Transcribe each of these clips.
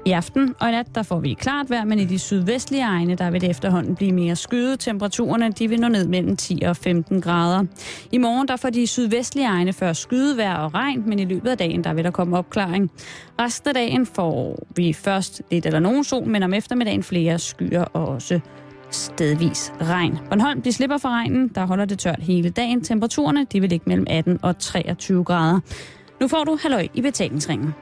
I aften og i nat, der får vi klart vejr, men i de sydvestlige egne, der vil det efterhånden blive mere skyet. Temperaturerne, de vil nå ned mellem 10 og 15 grader. I morgen, der får de sydvestlige egne først skydevejr og regn, men i løbet af dagen, der vil der komme opklaring. Resten af dagen får vi først lidt eller nogen sol, men om eftermiddagen flere skyer og også stedvis regn. Bornholm, de slipper for regnen, der holder det tørt hele dagen. Temperaturerne, de vil ligge mellem 18 og 23 grader. Nu får du halløj i betalingsringen.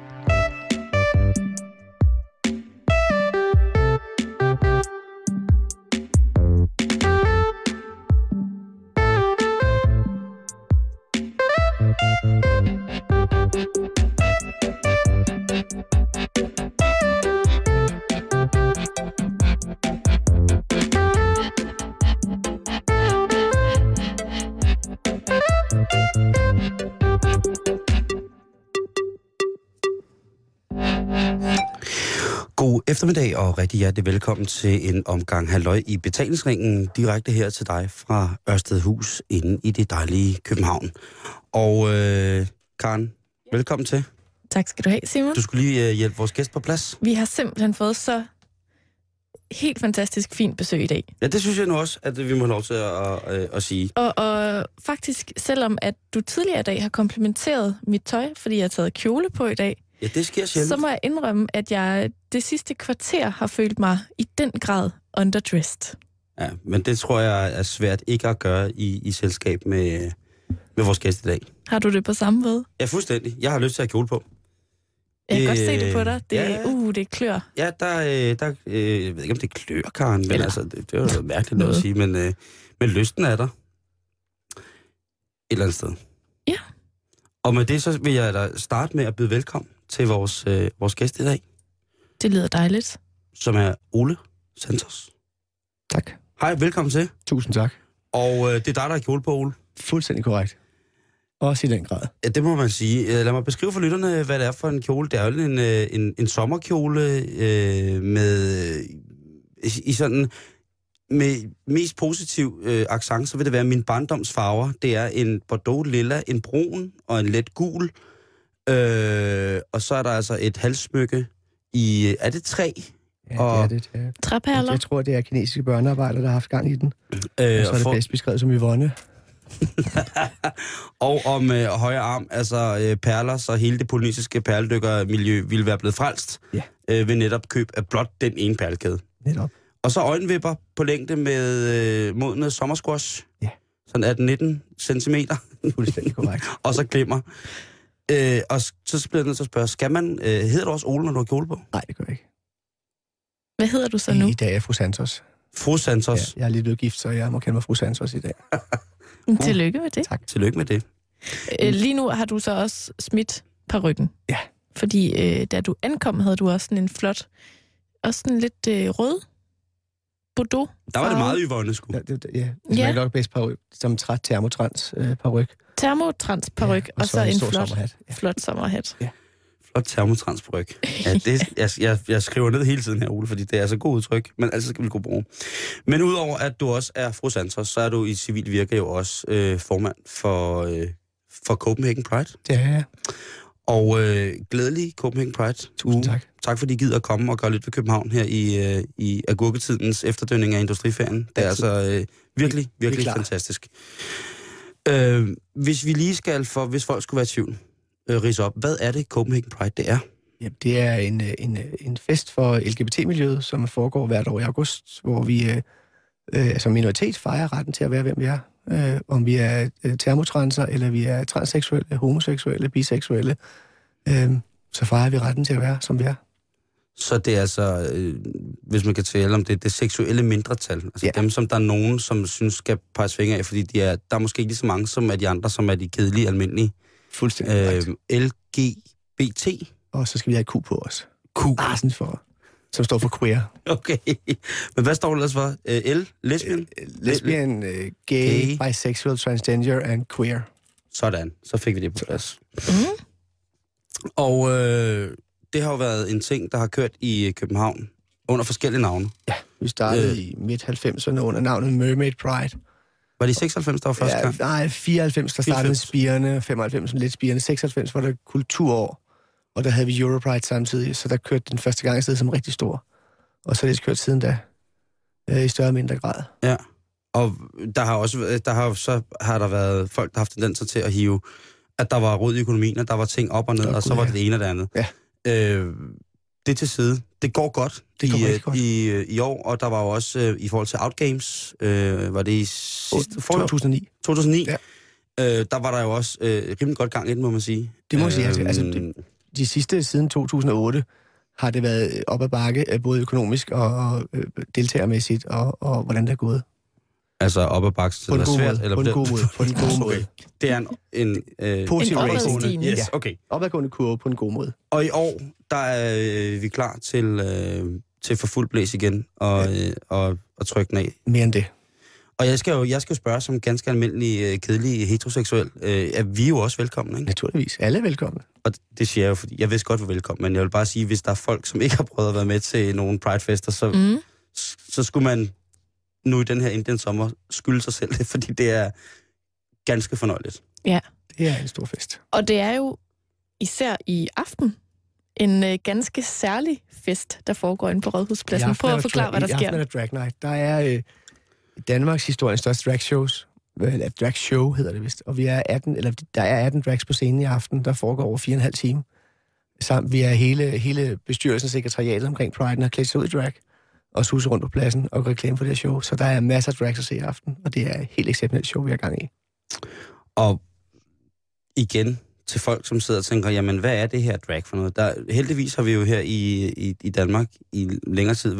God eftermiddag og rigtig hjertelig velkommen til en omgang halløj i betalingsringen, direkte her til dig fra Ørstedhus inde i det dejlige København. Og Karen, velkommen til. Tak skal du have, Simon. Du skulle lige hjælpe vores gæst på plads. Vi har simpelthen fået så helt fantastisk fint besøg i dag. Ja, det synes jeg nu også, at vi må have lov til at sige. Og faktisk, selvom at du tidligere i dag har komplimenteret mit tøj, fordi jeg har taget kjole på i dag, ja, det sker sjældent. Så må jeg indrømme, at jeg det sidste kvarter har følt mig i den grad underdressed. Ja, men det tror jeg er svært ikke at gøre i selskab med vores gæst i dag. Har du det på samme måde? Ja, fuldstændig. Jeg har lyst til at have kjole på. Jeg kan godt se det på dig. Det klør. Ja, jeg ved ikke, om det klør, Karen, men altså, det er jo noget mærkeligt noget at sige, men lysten er der. Et eller andet sted. Ja. Og med det, så vil jeg da starte med at byde velkommen til vores gæst i dag. Det lyder dejligt. Som er Ole Santos. Tak. Hej, velkommen til. Tusind tak. Og det er dig, der har kjole på, Ole. Fuldstændig korrekt. Også i den grad. Ja, det må man sige. Lad mig beskrive for lytterne, hvad det er for en kjole. Det er jo en sommerkjole med i sådan med mest positiv accent, så vil det være min barndomsfarver. Det er en bordeaux lilla, en brun og en let gul. Og så er der altså et halssmykke i, er det træ? Ja, det er det. Ja. Træperler? Jeg tror, det er kinesiske børnearbejdere, der har haft gang i den. Og så er det bedst beskrevet som Yvonne. Og om højre arm, altså perler, så hele det polynesiske perledykkermiljø ville være blevet frelst ved netop køb af blot den ene perlekæde. Netop. Og så øjenvipper på længde med modne sommersquash. Ja. Sådan 18-19 centimeter. Fuldstændig korrekt. Og så glimmer. Og så bliver jeg nødt til at spørge, hedder du også Ole, når du har kjole på? Nej, det gør jeg ikke. Hvad hedder du så nu? I dag er jeg fru Santos. Fru Santos? Ja, jeg er lige blevet gift, så jeg må kalde mig fru Santos i dag. Tillykke med det. Tak. Tillykke med det. Lige nu har du så også smidt parykken. Ja. Fordi da du ankom, havde du også sådan en flot, også sådan lidt rød Bordeaux. Der var det meget Yvonne, sgu. Ja, det smager nok bedst paryk, som træt termotrans paryk. Termotrans paryk, og så en flot sommerhat. Ja. Flot sommerhat. Ja. Flot termotrans paryk. Ja, jeg skriver ned hele tiden her, Ole, fordi det er så god udtryk, men altså skal vi kunne bruge. Men udover at du også er fru Santos, så er du i civil virke jo også formand for Copenhagen Pride. Det er jeg. Og glædelig Copenhagen Pride. Tusind tak. Tak fordi I gider at komme og gøre lidt ved København her i agurketidens efterdønning af industriferien. Det er altså virkelig fantastisk. Hvis vi lige skal, hvis folk skulle være i tvivl, ridse op, hvad er det Copenhagen Pride det er? Jamen, det er en fest for LGBT-miljøet, som foregår hvert år i august, hvor vi som minoritet fejrer retten til at være, hvem vi er. Om vi er termotranser, eller vi er transseksuelle, homoseksuelle, biseksuelle, så fejrer vi retten til at være, som vi er. Så det er altså, hvis man kan tale om det seksuelle mindretal, altså dem, som der er nogen, som synes skal peges fingre af, fordi der er måske ikke lige så mange, som er de andre, som er de kedelige, almindelige. Fuldstændig LGBT. Og så skal vi have Q på os. Q? Som står for queer. Okay. Men hvad står det ellers for? L? Lesbian? Lesbian, gay, bisexual, transgender and queer. Sådan. Så fik vi det på plads. Og det har jo været en ting, der har kørt i København under forskellige navne. Ja, vi startede i midt-90'erne under navnet Mermaid Pride. Var det 96, der var første gang? Nej, 94, der startede spirene, 95 lidt spirene, 96 var der kulturår, Og der havde vi Europride samtidig, så der kørte den første gang afsted som rigtig stor. Og så er det kørt siden da, i større og mindre grad. Ja, og har der været folk, der har haft tendenser til at hive, at der var rod i økonomien, og der var ting op og ned, og så var det det ene og det andet. Ja. Det til side. Det går godt, godt. I år, og der var jo også i forhold til Outgames, var det i sidste 2009. 2009. Ja. Der var der jo også rimelig godt gang i den, må man sige. Det må man sige. Altså, de sidste siden 2008 har det været op ad bakke, både økonomisk og deltagermæssigt, og hvordan det er gået. Altså op ad bakke, så det er svært? Eller på en god måde. På en god måde. Okay. Det er en positiv opadgående. Yes, okay. Opadgående kurve på en god måde. Og i år, der er vi klar til for fuld blæs igen, og trykke den af. Mere end det. Og jeg skal jo spørge som ganske almindelig, kedelig heteroseksuel, er vi jo også velkomne, ikke? Naturligvis. Alle er velkomne. Og det siger jeg jo, fordi jeg vidste godt, hvor velkommen, men jeg vil bare sige, hvis der er folk, som ikke har prøvet at være med til nogle Pride-fester, så skulle man nu i den her Indian sommer skylde sig selv det, fordi det er ganske fornøjeligt. Ja. Det er en stor fest. Og det er jo især i aften en ganske særlig fest, der foregår inde på Rådhuspladsen. Prøv at forklare, hvad der sker. I aften er der drag night. Der er Danmarks historiens største dragshows. Drag show hedder det vist. Og der er 18 drags på scenen i aften, der foregår over 4,5 timer. Samt vi er hele bestyrelsen og sekretariatet omkring Pride, har klædt sig ud i drag og suser rundt på pladsen og reklame for det her show. Så der er masser af drags at se i aften, og det er et helt exceptionelt show, vi har gang i. Og igen til folk, som sidder og tænker, jamen hvad er det her drag for noget? Heldigvis har vi jo her i Danmark i længere tid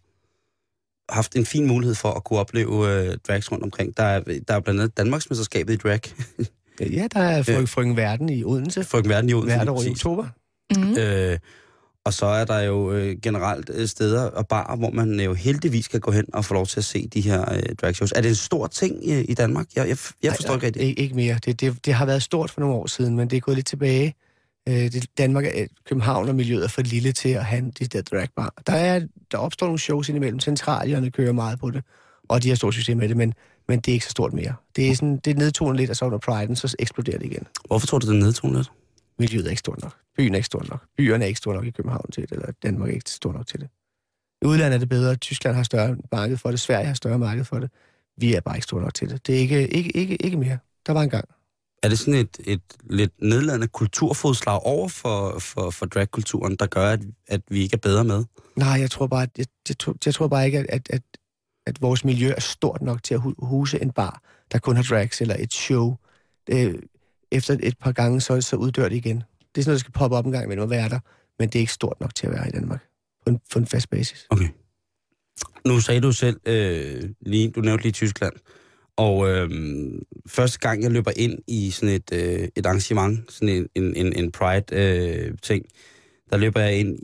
haft en fin mulighed for at kunne opleve drags rundt omkring. Der er blandt andet Danmarksmesterskabet i drag. Ja, der er Frøken Verden i Odense. Frøken Verden i Odense. Hvert år i oktober. Mm. Og så er der jo generelt steder og barer, hvor man jo heldigvis kan gå hen og få lov til at se de her dragshows. Er det en stor ting i Danmark? Jeg forstår ikke rigtigt. Ikke mere. Det har været stort for nogle år siden, men det er gået lidt tilbage. Danmark, København og miljøet er for lille til at have de der dragbar. Der opstår nogle shows indimellem. Centralierne kører meget på det, og de har stort succes med det, men det er ikke så stort mere. Det er nedtonet lidt, og så under Pride'en, så eksploderer det igen. Hvorfor tror du, det er nedtonet lidt? Miljøet er ikke stort nok. Byen er ikke stor nok. Byerne er ikke store nok i København til det, eller Danmark er ikke stor nok til det. I udlandet er det bedre. Tyskland har større marked for det. Sverige har større marked for det. Vi er bare ikke store nok til det. Det er ikke mere. Der var en gang. Er det sådan et lidt nedladende kulturfodslag over for dragkulturen, der gør, at vi ikke er bedre med? Nej, jeg tror bare ikke, at vores miljø er stort nok til at huse en bar, der kun har drags eller et show. Efter et par gange, så uddør det igen. Det er sådan noget, der skal poppe op en gang imellem og være der, men det er ikke stort nok til at være i Danmark på en fast basis. Okay. Nu sagde du selv, du nævnte lige Tyskland, og første gang jeg løber ind i sådan et arrangement, sådan en Pride-ting, der løber jeg ind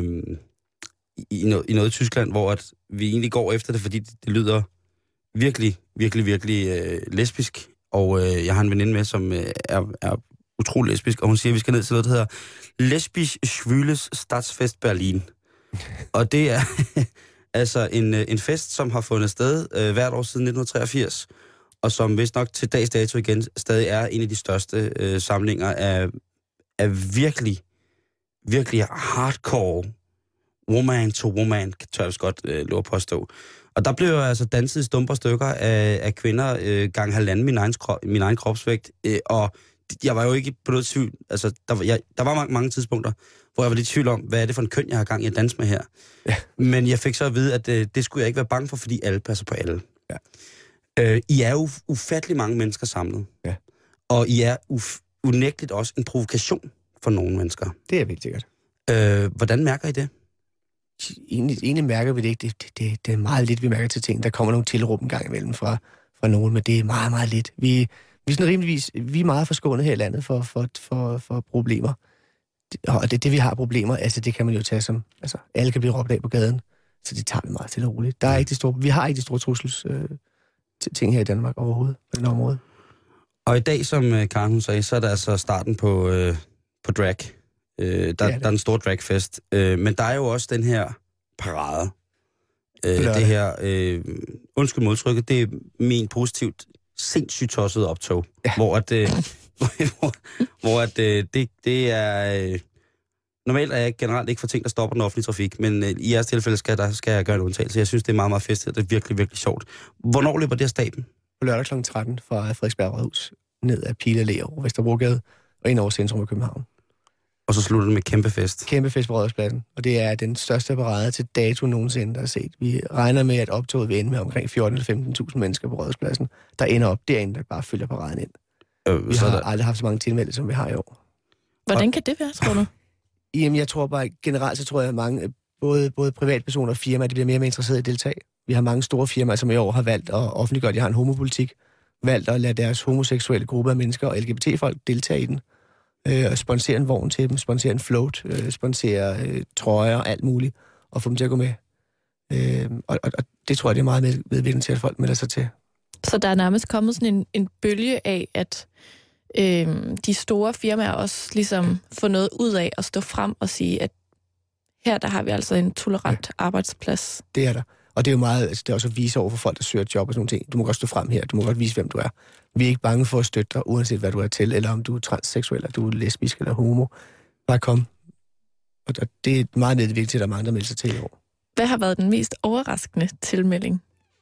i noget i Tyskland, hvor at vi egentlig går efter det, fordi det lyder virkelig, virkelig, virkelig lesbisk. Og jeg har en veninde med, som er utrolig lesbisk, og hun siger, at vi skal ned til noget, der hedder Lesbisch Schwules Stadtfest Berlin. Og det er altså en fest, som har fundet sted hvert år siden 1983, og som vist nok til dags dato igen stadig er en af de største samlinger af virkelig, virkelig hardcore woman to woman, tør jeg godt lov at påstå. Og der blev jo altså danset i stumper stykker af kvinder gang halvanden min egen kropsvægt. Og jeg var jo ikke på noget tvivl. Altså, der var mange tidspunkter, hvor jeg var lidt i tvivl om, hvad er det for en køn, jeg har gang i at danse med her. Ja. Men jeg fik så at vide, at det skulle jeg ikke være bange for, fordi alle passer på alle. Ja. I er jo ufattelig mange mennesker samlet. Ja. Og I er unægteligt også en provokation for nogle mennesker. Det er helt sikkert. Hvordan mærker I det? Egentlig mærker vi det ikke. Det er meget lidt, vi mærker til ting. Der kommer nogle tilråb en gang imellem fra nogen, men det er meget, meget lidt. Vi er sådan rimeligvis, vi er meget forskånet her i landet for problemer. Og det, vi har problemer, altså det kan man jo tage som, altså alle kan blive råbt af på gaden, så det tager vi meget til og roligt. Vi har ikke de store trussels ting her i Danmark overhovedet på den område. Og i dag, som Karen hun sagde, så er der altså starten på drag. Der er en stor dragfest. Men der er jo også den her parade. Det her, undskyld modtrykket, det er min positivt sindssygt tosset optog. Ja. Hvor det er normalt er jeg generelt ikke for ting, der stopper den offentlige trafik, men i jeres tilfælde skal jeg gøre en undtagelse. Jeg synes, det er meget, meget festligt, det er virkelig, virkelig sjovt. Hvornår løber det af staben? På lørdag kl. 13 fra Frederiksberg Rådhus, ned ad Pile Allé over Vesterbrogade og ind over centrum af København. Og så slutter det med kæmpe fest. Kæmpe fest på Rådhuspladsen, og det er den største parade til dato nogensinde, der er set. Vi regner med, at optoget vil ende med omkring 14.000-15.000 mennesker på Rådhuspladsen, der ender op derinde, der bare følger paraden ind. Vi har aldrig haft så mange tilmeldte, som vi har i år. Hvordan kan det være, tror du? Jamen, jeg tror bare, generelt så tror jeg, at mange, både privatpersoner og firmaer, de bliver mere og mere interesserede i at deltage. Vi har mange store firmaer, som i år har valgt at offentliggøre, at de har en homopolitik, valgt at lade deres homoseksuelle gruppe af mennesker og LGBT-folk deltage i den. Sponsere en vogn til dem, sponsere en float, sponsere trøjer og alt muligt, og få dem til at gå med. Og det tror jeg, det er meget medvirkende til, at folk melder sig til. Så der er nærmest kommet sådan en bølge af, at de store firmaer også ligesom får noget ud af at stå frem og sige, at her der har vi altså en tolerant arbejdsplads. Det er der. Og det er jo meget, altså det er også at vise over for folk, der søger et job og sådan nogle ting. Du må godt stå frem her, du må godt vise, hvem du er. Vi er ikke bange for at støtte dig, uanset hvad du er til, eller om du er transseksuel, eller du er lesbisk eller homo. Bare kom. Og det er meget medvirkende til, at der er mange, der melder sig til i år. Hvad har været den mest overraskende tilmelding?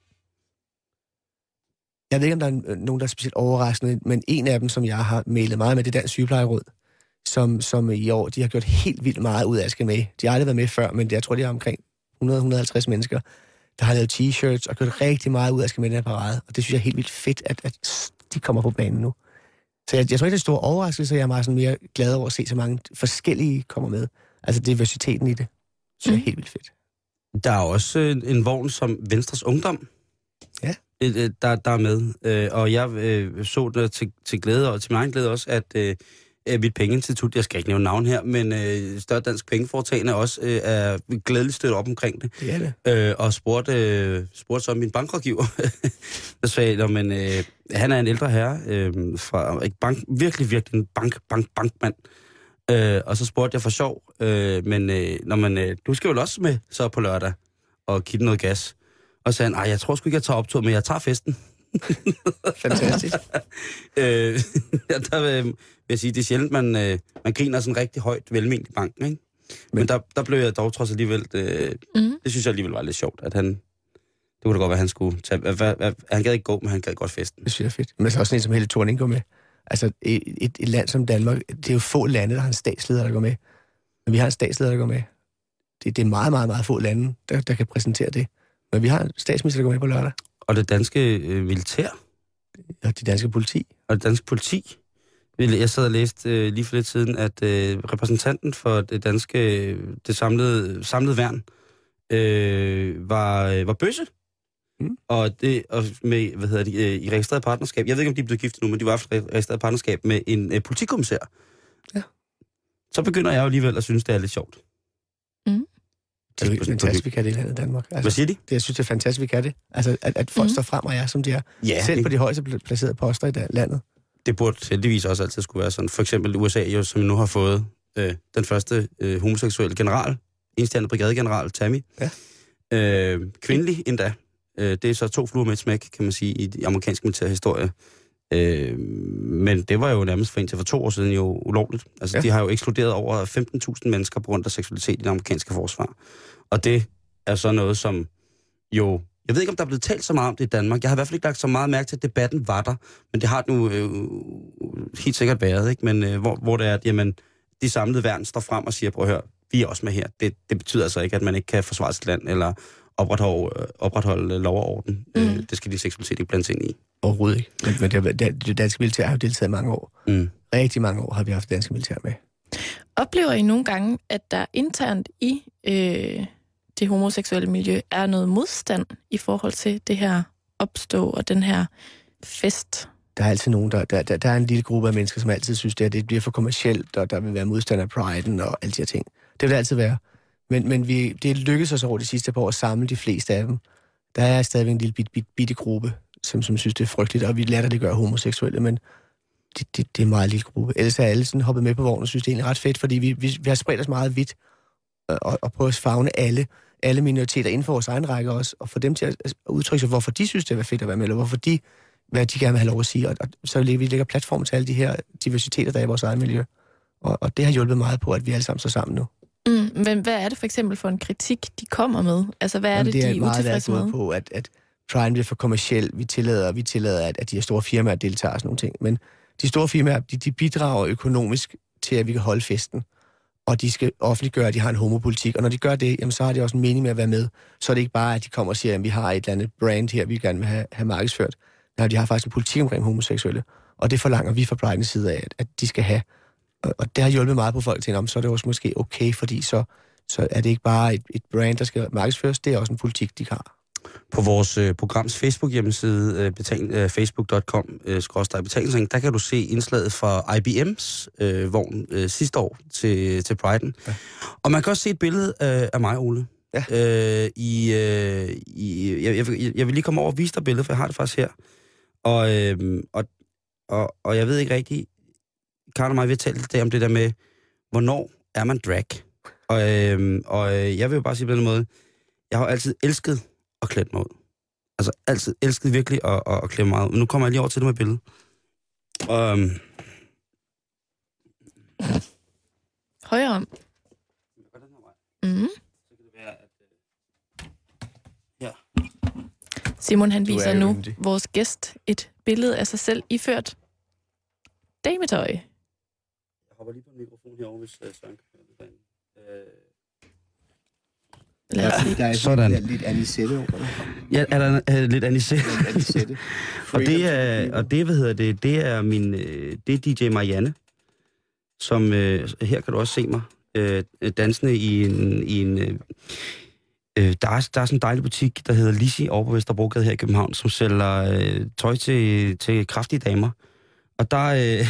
Jeg ved ikke, om der er nogen, der er specielt overraskende, men en af dem, som jeg har mailet meget med, det er Dansk Sygeplejeråd, som i år, de har gjort helt vildt meget ud af at skal med. De har aldrig været med før, men jeg tror, de har omkring 100-150 mennesker, der har lavet t-shirts og gjort rigtig meget ud af at skal med den her parade. Og det synes jeg er helt vildt fedt, at de kommer på banen nu. Så jeg tror ikke, det er en stor overraskelse, jeg er meget sådan mere glad over at se så mange forskellige kommer med. Altså diversiteten i det, synes jeg er helt vildt fedt. Der er også en vogn som Venstres Ungdom, der er med. Og jeg så det til glæde, og til min egen glæde også, at mit pengeinstitut, jeg skal ikke nævne navn her, men Større Dansk Pengeforetagende også er glædeligt støttet op omkring det. Det er det. Og spurgte så min bankrådgiver, der sagde, men han er en ældre herre fra virkelig en bankmand. Og så spurgte jeg for sjov, du skal jo også med så på lørdag og kitte noget gas. Og så sagde han, jeg tror sgu ikke, jeg tager optur, men jeg tager festen. Fantastisk. Der vil jeg sige, det er sjældent, man griner sådan rigtig højt velment i banken, ikke? Men der blev jeg dog trods alligevel, det synes jeg alligevel var lidt sjovt, at han, det kunne da godt være, han skulle tage, han gad ikke gå, men han gad godt festen. Det synes jeg er fedt. Men så også sådan en som Helle Thorning går med. Altså et land som Danmark, det er jo få lande, der har en statsleder, der går med. Men vi har en statsleder, der går med. Det er meget, meget, meget få lande, der kan præsentere det. Men vi har en statsminister, der går med på lørdag. Og det danske militær. Og det danske politi. Og det danske politi. Jeg sad og læste lige for lidt siden, at repræsentanten for det samlede værn var bøsse. Og med, i registreret partnerskab. Jeg ved ikke, om de er blevet gift nu, men de var i registreret partnerskab med en politikommissær. Ja. Så begynder jeg jo alligevel at synes, det er lidt sjovt. Det er jo fantastisk, vi kan det i landet Danmark. Altså, hvad siger de? Jeg synes, det er fantastisk, vi kan det. Altså, at folk står frem og er, som de er. Ja, selv på de højeste placerede poster i landet. Det burde heldigvis også altid skulle være sådan. For eksempel USA, jo, som nu har fået den første homoseksuelle general, enstjernet brigadegeneral, Tammy. Ja. Kvindelig endda. Det er så 2 fluer med et smæk, kan man sige, i de amerikanske militærhistorie. Men det var jo nærmest for 2 år siden jo ulovligt. Altså, de har jo ekskluderet over 15.000 mennesker på grund af seksualitet i det amerikanske forsvar. Og det er så noget, som jo... Jeg ved ikke, om der er blevet talt så meget om det i Danmark. Jeg har i hvert fald ikke lagt så meget mærke til, at debatten var der. Men det har det nu helt sikkert været, ikke? Men hvor det er, at jamen, de samlede værn står frem og siger, prøv at høre, vi er også med her. Det betyder altså ikke, at man ikke kan forsvare sit land, eller opretholde lov og orden. Det skal de seksualitet ikke blandes ind i. Overhovedet ikke. Men det danske militær har jo deltaget i mange år. Rigtig mange år har vi haft det danske militær med. Oplever I nogle gange, at der internt i det homoseksuelle miljø er noget modstand i forhold til det her opstå og den her fest? Der er altid nogen, der er en lille gruppe af mennesker, som altid synes, at det bliver for kommercielt, og der vil være modstand af priden og alle de her ting. Det vil det altid være. Men det lykkedes os over de sidste par år at samle de fleste af dem. Der er stadigvæk en lille bitte gruppe, som synes, det er frygteligt, og vi lader det gøre homoseksuelle, men det er en meget lille gruppe. Ellers er alle sådan hoppet med på vognen og synes, det er egentlig ret fedt, fordi vi har spredt os meget vidt og prøvet at favne alle minoriteter inden for vores egen række også, og få dem til at udtrykke sig, hvorfor de synes, det er fedt at være med, eller hvad de gerne vil have lov at sige. Og så vi lægger platform til alle de her diversiteter, der er i vores eget miljø. Og det har hjulpet meget på, at vi alle sammen står sammen nu. Men hvad er det for eksempel for en kritik, de kommer med? Altså, hvad er det, de er utilfredse med? På, at Pride bliver for kommerciel. Vi tillader, at de her store firmaer deltager og sådan nogle ting. Men de store firmaer, de bidrager økonomisk til, at vi kan holde festen. Og de skal offentliggøre, at de har en homopolitik. Og når de gør det, jamen, så har de også en mening med at være med. Så er det ikke bare, at de kommer og siger, at vi har et eller andet brand her, vi gerne vil have markedsført. Nej, de har faktisk en politik omkring homoseksuelle. Og det forlanger vi fra Pride's side af, at de skal have. Og det har hjulpet meget på folk til, så er det også måske okay, fordi så er det ikke bare et brand, der skal markedsføres, det er også en politik, de har. På vores programs Facebook-hjemmeside, facebook.com/betalingsring, der kan du se indslaget fra IBM's vogn sidste år til Pride'en. Ja. Og man kan også se et billede af mig, Ole. Ja. Jeg vil lige komme over og vise dig billedet, for jeg har det faktisk her. Og jeg ved ikke rigtigt, Karen og mig, vi har talt lidt om det der med, hvornår er man drag? Og jeg vil jo bare sige på den måde, jeg har altid elsket at klæde mig ud. Altså altid elsket virkelig at klæde mig ud. Men nu kommer jeg lige over til det med billedet. Højre om. Simon, han viser nu vores gæst et billede af sig selv iført dametøj. Jeg hopper lige på en mikrofon herovre, hvis Søren kan høre det. Der er sådan lidt anisette over det. Ja, er der lidt anisette? og det, hvad hedder det, det er det er DJ Marianne, som, her kan du også se mig, dansende i en der er sådan en dejlig butik, der hedder Lizzie over på Vesterbrogade her i København, som sælger tøj til kraftige damer. Og der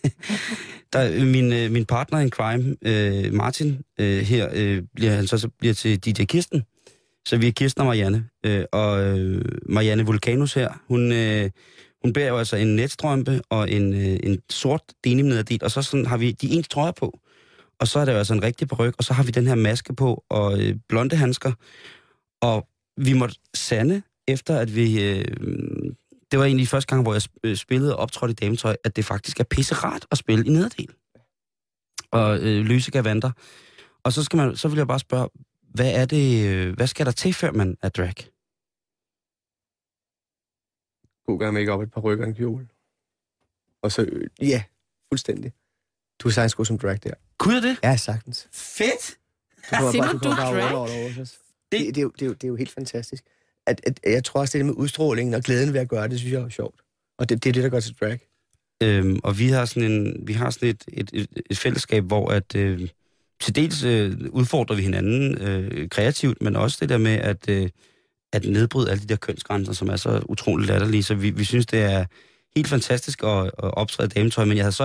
min partner in crime, Martin, her bliver til DJ Kirsten. Så vi er Kirsten og Marianne. Og Marianne Vulcanus her, hun bærer jo altså en netstrømpe og en sort denim-nederdel, og så sådan har vi de ens trøjer på. Og så er der jo altså en rigtig paryk, og så har vi den her maske på, og blonde handsker. Og vi måtte sande, efter at vi... det var egentlig første gang, hvor jeg spillede og optrådte i dametøj, at det faktisk er pisserart at spille i nederdel. Og løse gavanter. Og så vil jeg bare spørge, hvad skal der til, før man er drag? God gang make op et par rykker og en kjole. Og så, ja, fuldstændig. Du er sagtens god som drag der. Kunne jeg det? Ja, sagtens. Fedt! Simon, du er drag? Det er jo helt fantastisk. Jeg tror også, det med udstrålingen og glæden ved at gøre det, synes jeg er sjovt. Og det er det, der gør til drag. Og vi har sådan et fællesskab, hvor at til dels udfordrer vi hinanden kreativt, men også det der med at nedbryde alle de der kønsgrænser, som er så utroligt latterlige. Så vi synes, det er helt fantastisk at optræde dametøj, men jeg havde så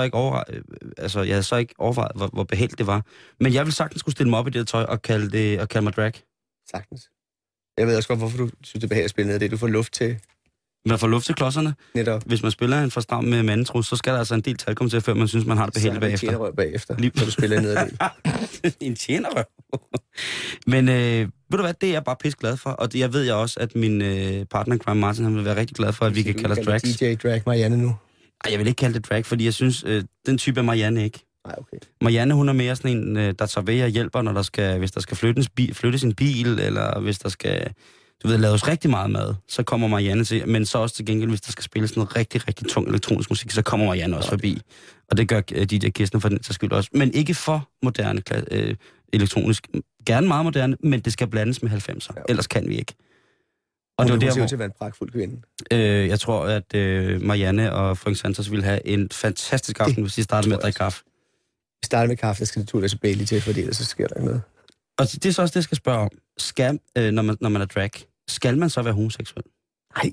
ikke overvejet, hvor behageligt det var. Men jeg ville sagtens skulle stille mig op i det der tøj og kalde mig drag. Sagtens. Jeg ved også godt, hvorfor du synes, det er behageligt at spille ned. Det er, du får luft til... Man får luft til klodserne. Netop. Hvis man spiller en for stram med mandetrus, så skal der altså en del talkom til, før man synes, man har det behageligt bagefter. Så er det en tjenerrøv bagefter, når du spiller ned af det. En tjenerrøv. Men ved du hvad, det er jeg bare pisse glad for. Og jeg ved også, at min partner, Crime Martin, han vil være rigtig glad for, at vi kan kalde os drags. DJ Drag Marianne nu? Ej, jeg vil ikke kalde det drag, fordi jeg synes, den type er Marianne ikke. Nej, okay. Marianne, hun er mere sådan en, der tager ved og hjælper, hvis der skal flyttes en bil, eller hvis der skal... laves rigtig meget mad, så kommer Marianne til, men så også til gengæld, hvis der skal spilles noget rigtig, rigtig tung elektronisk musik, så kommer Marianne også forbi. Og det gør DJ Kirsten for den så skyld også. Men ikke for moderne elektronisk. Gerne meget moderne, men det skal blandes med 90'er. Ja. Ellers kan vi ikke. Og det ser ud til at være en pragtfuld kvinde. Jeg tror, at Marianne og Frank Santos ville have en fantastisk aften, hvis de startede med at drikke kaffe. Vi starter med kaffe, der skal naturligvis så Bailey til, fordi ellers så sker der ikke noget. Og det er så også det, jeg skal spørge om. Når man er drag, skal man så være homoseksuel? Nej.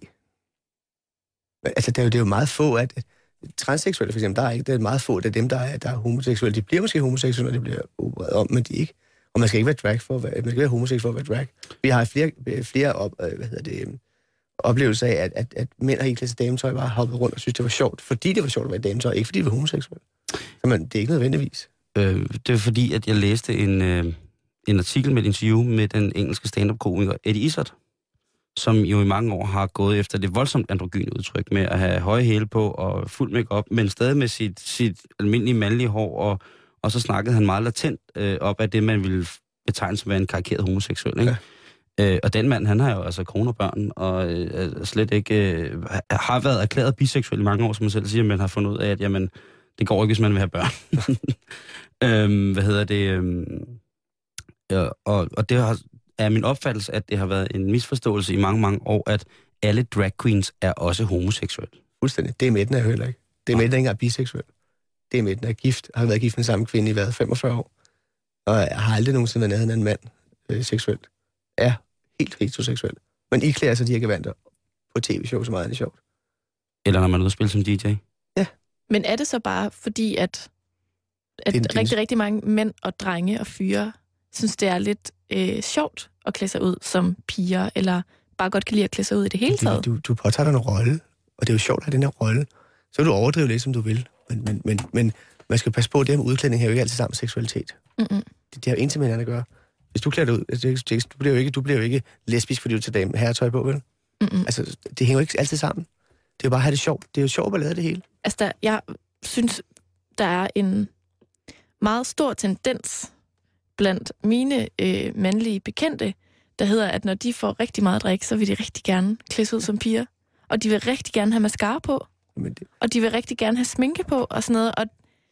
Altså, det er jo meget få, at transseksuelle for eksempel, det er meget få, af dem, der er homoseksuelle. De bliver måske homoseksuelle, når de bliver opereret om, men de ikke. Og man skal ikke være drag man skal være homoseksuel for at være drag. Vi har flere oplevelser af, at mænd har iklædt sig dametøj, bare hoppet rundt og synes, det var sjovt, fordi det var sjovt at være dametøj, ikke fordi de var homoseksuelle. Så det er ikke nødvendigvis. Det er fordi, at jeg læste en artikel med et interview med den engelske stand-up-komiker Eddie Izzard, som jo i mange år har gået efter det voldsomt androgyne udtryk med at have høje hæle på og fuld make-up, men stadig med sit almindelige mandlige hår og så snakkede han meget latent op af det, man ville betegne som en karikeret homoseksuel, ikke? Ja. Og den mand, han har jo altså kone og børn, og slet ikke har været erklæret biseksuel i mange år, som man selv siger, men har fundet ud af, at jamen, det går ikke, hvis man vil have børn. Og det er min opfattelse, at det har været en misforståelse i mange, mange år, at alle drag queens er også homoseksuelle. Fuldstændig. Det er Midten er jo heller ikke. Det er Midten, der ikke er biseksuel. Det er Midten, der er gift, har været gift med samme kvinde i 45 år. Og har aldrig nogensinde været nede af en mand seksuelt. Er helt heteroseksuel. Men I klæder sig de her gevanter på tv-show, så meget er det sjovt. Eller når man er ude at spille som DJ. Ja. Men er det så bare fordi, at rigtig mange mænd og drenge og fyre synes, det er lidt sjovt at klæde sig ud som piger, eller bare godt kan lide at klæde sig ud i det hele taget? Du påtager dig en rolle, og det er jo sjovt at have den her rolle. Så vil du overdrive lidt, som du vil. Men man skal passe på, at det her med udklædning har jo ikke altid sammen med seksualitet. Mm-mm. Det har jo intet med hinanden at gøre. Hvis du klæder dig ud, du bliver jo ikke lesbisk, fordi du tager dame herretøj på, vel? Mm-mm. Altså, det hænger jo ikke altid sammen. Det er jo bare at have det sjovt. Det er jo sjovt at lade det hele. Altså, jeg synes, der er en meget stor tendens blandt mine mandlige bekendte, der hedder, at når de får rigtig meget drik, så vil de rigtig gerne klæde ud som piger. Og de vil rigtig gerne have mascara på. Og de vil rigtig gerne have sminke på og sådan noget.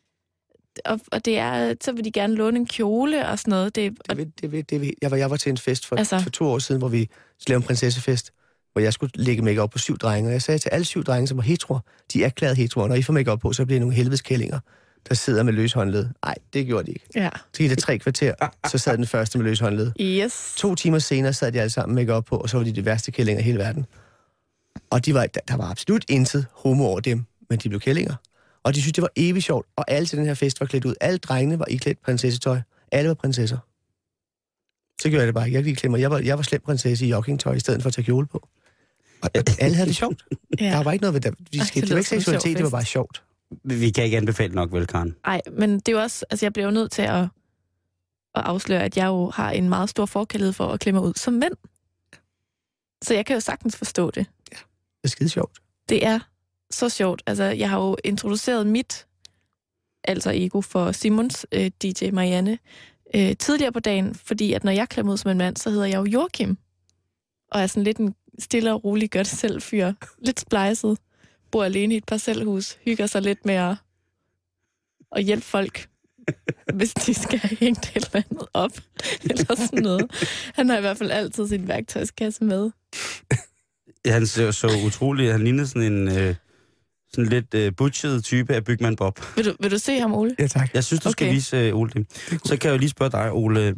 Og det er, så vil de gerne låne en kjole og sådan noget. Jeg var til en fest for 2 år siden, hvor vi lavede en prinsessefest, hvor jeg skulle lægge make-up på 7 drenge. Og jeg sagde til alle 7 drenge, som var heteroer, de er erklæret heteroer. Når I får make-up på, så bliver det nogle helvedeskællinger, der sidder med løs håndled. Nej, det gjorde de ikke. Ja. Så gik det 3 kvarter, så sad den første med løs håndled. Yes. 2 timer senere sad de alle sammen med make-up på, og så var de værste kællinger i hele verden. Og der var absolut intet homo over dem, men de blev kællinger. Og de synes, det var evigt sjovt, og alle til den her fest var klædt ud. Alle drengene var iklædt prinsessetøj. Alle var prinsesser. Så gjorde jeg det bare. Jeg gik klædt mig. Jeg var slem prinsesse i joggingtøj, i stedet for at tage kjole på. Og alle havde det sjovt. Ja. Der var ikke noget ved det. Det var ikke seksualitet, det var bare sjovt. Vi kan ikke anbefale nok, vel, Karen? Nej, men det er jo også... Altså, jeg bliver jo nødt til at afsløre, at jeg jo har en meget stor forkærlighed for at klæde mig ud som mænd. Så jeg kan jo sagtens forstå det. Ja, det er skide sjovt. Det er så sjovt. Altså, jeg har jo introduceret mit alter ego for Simons DJ Marianne tidligere på dagen, fordi at når jeg klæder mig ud som en mand, så hedder jeg jo Joachim. Og er sådan lidt en stille og rolig gør-det-selv-fyr. Lidt splejset. Bor alene i et parcelhus. Hygger sig lidt med at hjælpe folk, hvis de skal have hængt et eller andet op. Eller sådan noget. Han har i hvert fald altid sin værktøjskasse med. Han ser så utrolig. Han ligner sådan en sådan lidt butchet type af Bygman Bob. Vil du se ham, Ole? Ja, tak. Jeg synes, du skal vise Ole det. Så kan jeg jo lige spørge dig, Ole.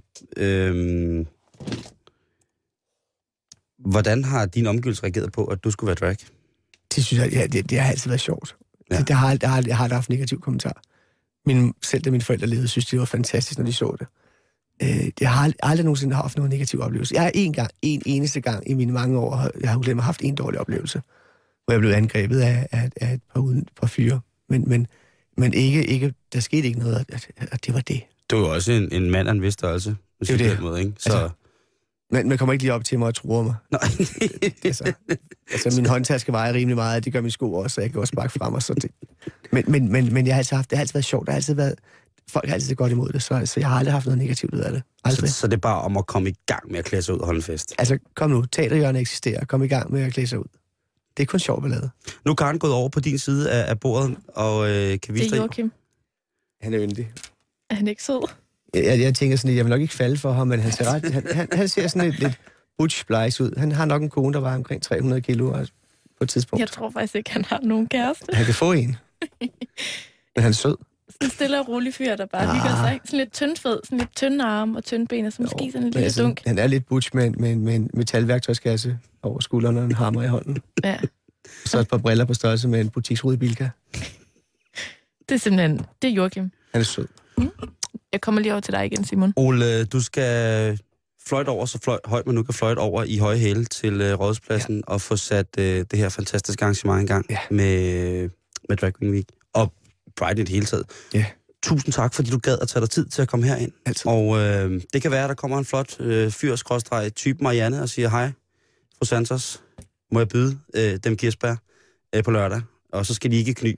Hvordan har din omgivelse reageret på, at du skulle være drag? Det synes jeg, det har altid været sjovt. Ja. Jeg har aldrig haft negativ kommentar. Selv da mine forældre levede, synes det var fantastisk, når de så det. Jeg har aldrig nogensinde haft nogen negativ oplevelse. Jeg har en eneste gang i mine mange år, jeg har glemt haft en dårlig oplevelse, hvor jeg blev angrebet af et par fyre. Men ikke, der skete ikke noget, og det var det. Du er jo også en mand af en vis størrelse. Det er det. Måde, ikke? Så... Man kommer ikke lige op til mig og truer mig. Nej. altså, min håndtaske vejer rimelig meget, det gør mine sko også, så jeg kan også bakke frem og så det. Men jeg har altid det har altid været sjovt, folk har altid godt imod det, så jeg har aldrig haft noget negativt ud af det. Så det er bare om at komme i gang med at klæde sig ud og holde en fest? Altså, kom nu, teaterhjørnet eksisterer, kom i gang med at klæde sig ud. Det er kun sjovt ballade. Nu er Karen gået over på din side af bordet, og kan vi... Det er Joachim. Han er yndig. Er han ikke sød? Jeg tænker sådan lidt, jeg vil nok ikke falde for ham, men han ser han ser sådan lidt butch splice ud. Han har nok en kone, der var omkring 300 kilo altså, på et tidspunkt. Jeg tror faktisk ikke, han har nogen kæreste. Han kan få en. Men han er sød. Sådan en stille og rolig fyr, der bare hygger sig. Sådan lidt tyndfed, sådan lidt tynde arme og tynde ben, og så måske sådan en lille dunk. Han er lidt butch med en metalværktøjskasse over skulderen og en hammer i hånden. Ja. Så et par briller på størrelse med en butiksrude Bilka. Det er simpelthen, det er Joachim. Han er sød. Jeg kommer lige over til dig igen, Simon. Ole, du skal fløjte over, så højt man nu kan fløjte over i høje hæle til Rådhuspladsen og få sat det her fantastiske arrangement i gang med Drag Queen Week og Pride i det hele taget. Ja. Tusind tak, fordi du gad at tage dig tid til at komme herind. Altid. Og det kan være, at der kommer en flot fyr-type Marianne og siger, hej, fru Santos, må jeg byde dem kirsebær på lørdag? Og så skal de ikke kny.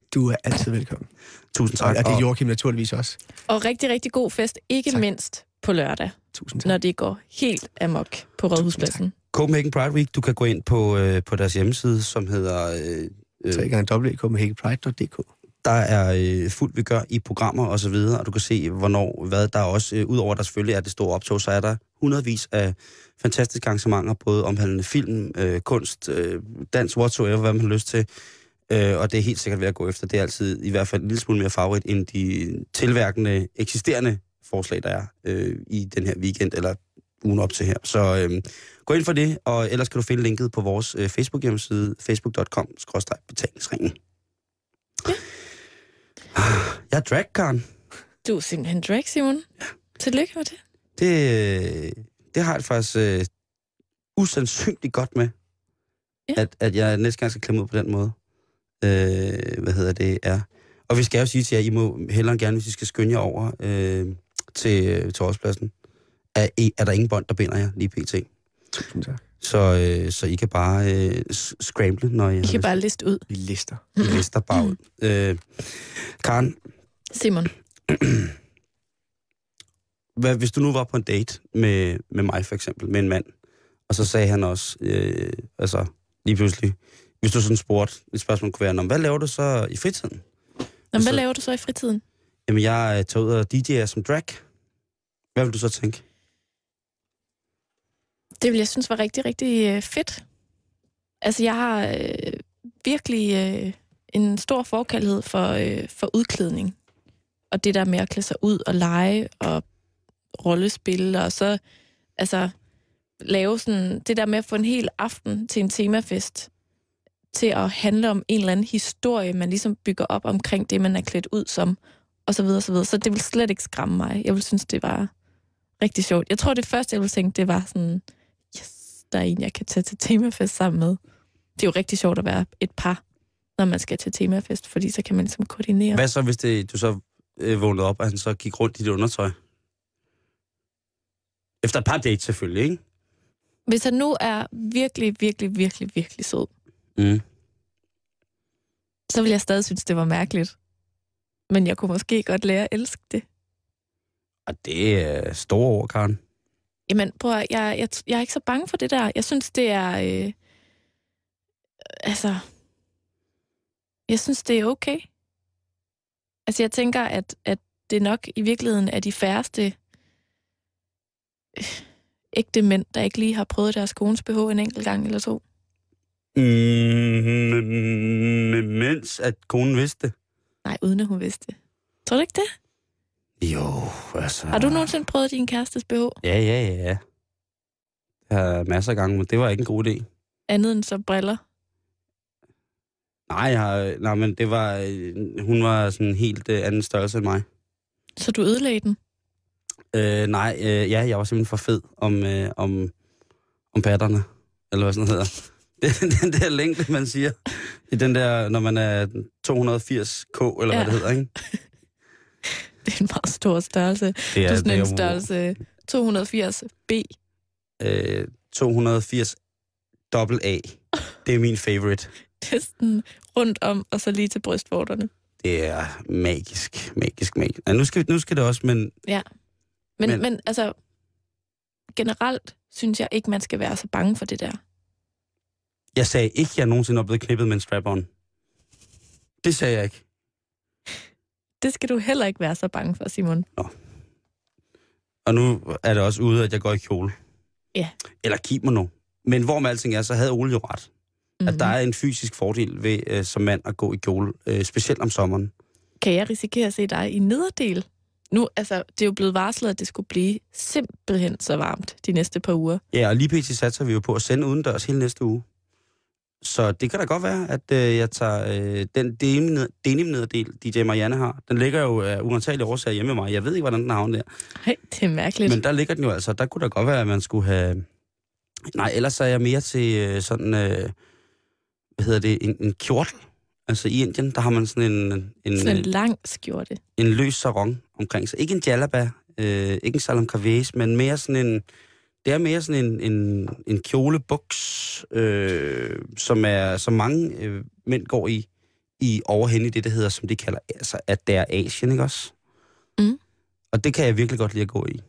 Du er altid velkommen. Tusind tak. Og det er Joachim naturligvis også. Og rigtig, rigtig god fest, ikke mindst på lørdag. Tusind tak. Når det går helt amok på Rådhuspladsen. Copenhagen Pride Week, du kan gå ind på deres hjemmeside, som hedder... 3x.copenhagenpride.dk. Der er fuldt vi gør i programmer og så videre, og du kan se, hvornår, hvad der også, udover der selvfølgelig er det store optog, så er der hundredvis af fantastiske arrangementer, både omhandlende film, kunst, dans, whatsoever, hvad man har lyst til. Og det er helt sikkert ved at gå efter. Det er altid i hvert fald en lille smule mere favorit end de tilværkende, eksisterende forslag, der er i den her weekend, eller ugen op til her. Så gå ind for det, og ellers kan du finde linket på vores Facebook-hjemmeside, facebook.com/betalingsringen. Ja. Jeg er drag, Karen. Du er simpelthen drag, Simon. Ja. Tillykke med det. Det har jeg faktisk usandsynligt godt med, ja. at jeg næste gang skal klemme ud på den måde. Ja. Og vi skal jo sige til jer, I må hellere gerne, hvis I skal skynde jer over til Rådhuspladsen. Er der ingen bånd, der binder jer lige pt. Tusind tak. Så I kan bare scramble, når I kan bare liste ud. Vi lister. I lister bare ud. Karen. Simon. Hvis du nu var på en date med mig for eksempel, med en mand, og så sagde han også, lige pludselig, hvis du sådan spurgte, et spørgsmål kunne være, hvad laver du så i fritiden? Hvad laver du så i fritiden? Jamen, jeg tager ud og DJ'er som drag. Hvad vil du så tænke? Det vil jeg synes var rigtig, rigtig fedt. Altså, jeg har virkelig en stor forkærlighed for udklædning. Og det der med at klæde sig ud og lege og rollespil, og så lave sådan det der med at få en hel aften til en temafest, til at handle om en eller anden historie, man ligesom bygger op omkring det, man er klædt ud som, og så videre, så videre. Så det vil slet ikke skræmme mig. Jeg vil synes, det var rigtig sjovt. Jeg tror, det første, jeg ville tænke, det var sådan, yes, der er en, jeg kan tage til temafest sammen med. Det er jo rigtig sjovt at være et par, når man skal til temafest, fordi så kan man ligesom koordinere. Hvad så, hvis du så vågnede op, og han så gik rundt i dit undertøj? Efter et par dates selvfølgelig, ikke? Hvis han nu er virkelig, virkelig, virkelig, virkelig sød, så vil jeg stadig synes, det var mærkeligt. Men jeg kunne måske godt lære at elske det. Og det er store ord, Karen. Jamen, prøv at, jeg er ikke så bange for det der. Jeg synes, det er... jeg synes, det er okay. Altså, jeg tænker, at det nok i virkeligheden er de færreste ægte mænd, der ikke lige har prøvet deres kones BH en enkelt gang eller to. Mens at konen vidste det? Nej, uden at hun vidste det. Tror du ikke det? Jo, altså... Har du nogensinde prøvet din kærestes BH? Ja. Jeg har masser af gange, men det var ikke en god idé. Andet end så briller? Nej, men det var... Hun var sådan en helt anden størrelse end mig. Så du ødelagde den? Jeg var simpelthen for fed om patterne, eller hvad sådan hedder. Den der længde, man siger. I den der, når man er 280k, eller hvad det hedder, ikke? Det er en meget stor størrelse. Det er sådan en størrelse 280B. 280 AA. Det er min favorite. Det er sådan rundt om, og så lige til brystvorterne. Det er magisk. Ja, nu skal det også, men... Ja. Men altså, generelt synes jeg ikke, man skal være så bange for det der. Jeg sagde ikke, at jeg nogensinde er blevet knippet med en strap-on. Det sagde jeg ikke. Det skal du heller ikke være så bange for, Simon. Nå. Og nu er det også ude, at jeg går i kjole. Ja. Eller kimono. Men hvor med alting er, så havde Ole jo ret. At der er en fysisk fordel ved som mand at gå i kjole, specielt om sommeren. Kan jeg risikere at se dig i nederdel? Nu, altså, det er jo blevet varslet, at det skulle blive simpelthen så varmt de næste par uger. Ja, og lige pt. Satser vi jo på at sende udendørs hele næste uge. Så det kan da godt være, at jeg tager den denim-nederdel, DJ Marianne har. Den ligger jo af uantagelige årsager hjemme med mig. Jeg ved ikke, hvordan den havner der. Nej, det er mærkeligt. Men der ligger den jo altså. Der kunne da godt være, at man skulle have... Nej, ellers er jeg mere til sådan... en kjortel. Altså i Indien, der har man sådan en lang skjorte. En løs sarong omkring sig. Ikke en jalaba, ikke en salam kavés, men mere sådan en... Det er mere sådan en kjolebuks, som mange mænd går i overhen i det, der hedder, som de kalder, altså, at det er Asien, ikke også? Mm. Og det kan jeg virkelig godt lide at gå i.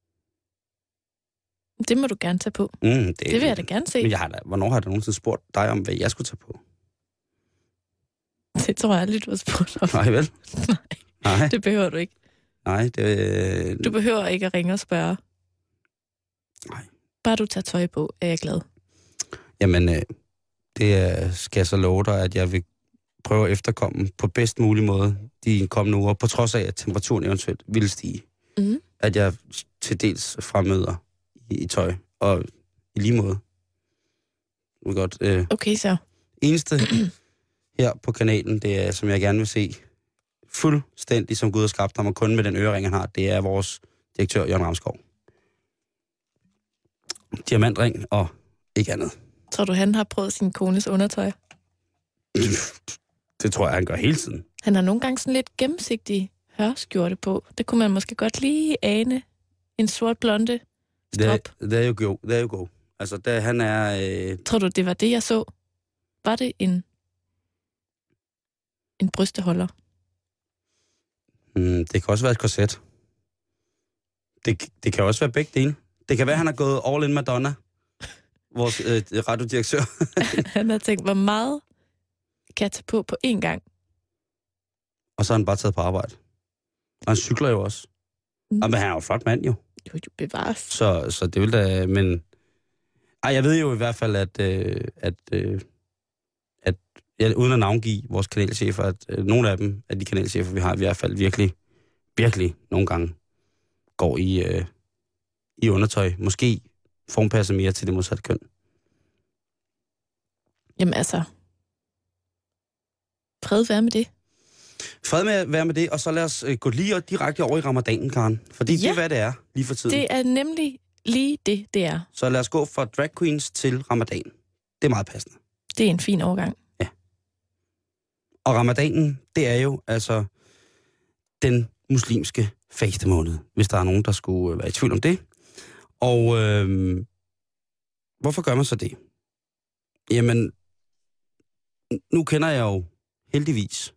Det må du gerne tage på. Det vil jeg da gerne se. Men hvornår har jeg da nogensinde spurgt dig om, hvad jeg skulle tage på? Det tror jeg aldrig, du har spurgt om. Nej, vel? Nej. Det behøver du ikke. Nej, det... Du behøver ikke at ringe og spørge. Nej. Bare du tager tøj på, er jeg glad. Jamen, det skal jeg så love dig, at jeg vil prøve at efterkomme på bedst mulig måde de kommende uger, på trods af, at temperaturen eventuelt vil stige. Mm. At jeg til dels fremmøder i tøj, og i lige måde. Godt, Okay, så. eneste her på kanalen, det er, som jeg gerne vil se, fuldstændig som Gud har skabt ham, og kun med den ørering, han har, det er vores direktør, Jørgen Ramskov. Diamantring og ikke andet. Tror du, han har prøvet sin kones undertøj? Det tror jeg, han gør hele tiden. Han har nogle gange sådan lidt gennemsigtig hørskjorte på. Det kunne man måske godt lige ane. En sort blonde strop. Det er jo go. Altså, han er... Tror du, det var det, jeg så? Var det en brysteholder? Det kan også være et korset. Det kan også være begge dele. Det kan være, han har gået all in Madonna. Vores radiodirektør. Han har tænkt, hvor meget kan jeg tage på én gang? Og så har han bare taget på arbejde. Og han cykler jo også. Men han er jo en flot mand, jo. Jo, bevares. Så det vil da... Men... jeg ved jo i hvert fald, at uden at navngive vores kanalchefer, at nogle af dem, af de kanalchefer, vi har, i hvert fald virkelig nogle gange går i undertøj. Måske formpasser mere til det modsatte køn. Jamen altså, fred være med det. Fred med at være med det, og så lad os gå lige direkte over i ramadanen, Karen. Fordi det er, hvad det er lige for tiden. Det er nemlig lige det er. Så lad os gå fra drag queens til ramadan. Det er meget passende. Det er en fin overgang. Ja. Og ramadanen, det er jo altså den muslimske fastemåned, hvis der er nogen, der skulle være i tvivl om det. Og hvorfor gør man så det? Jamen, nu kender jeg jo heldigvis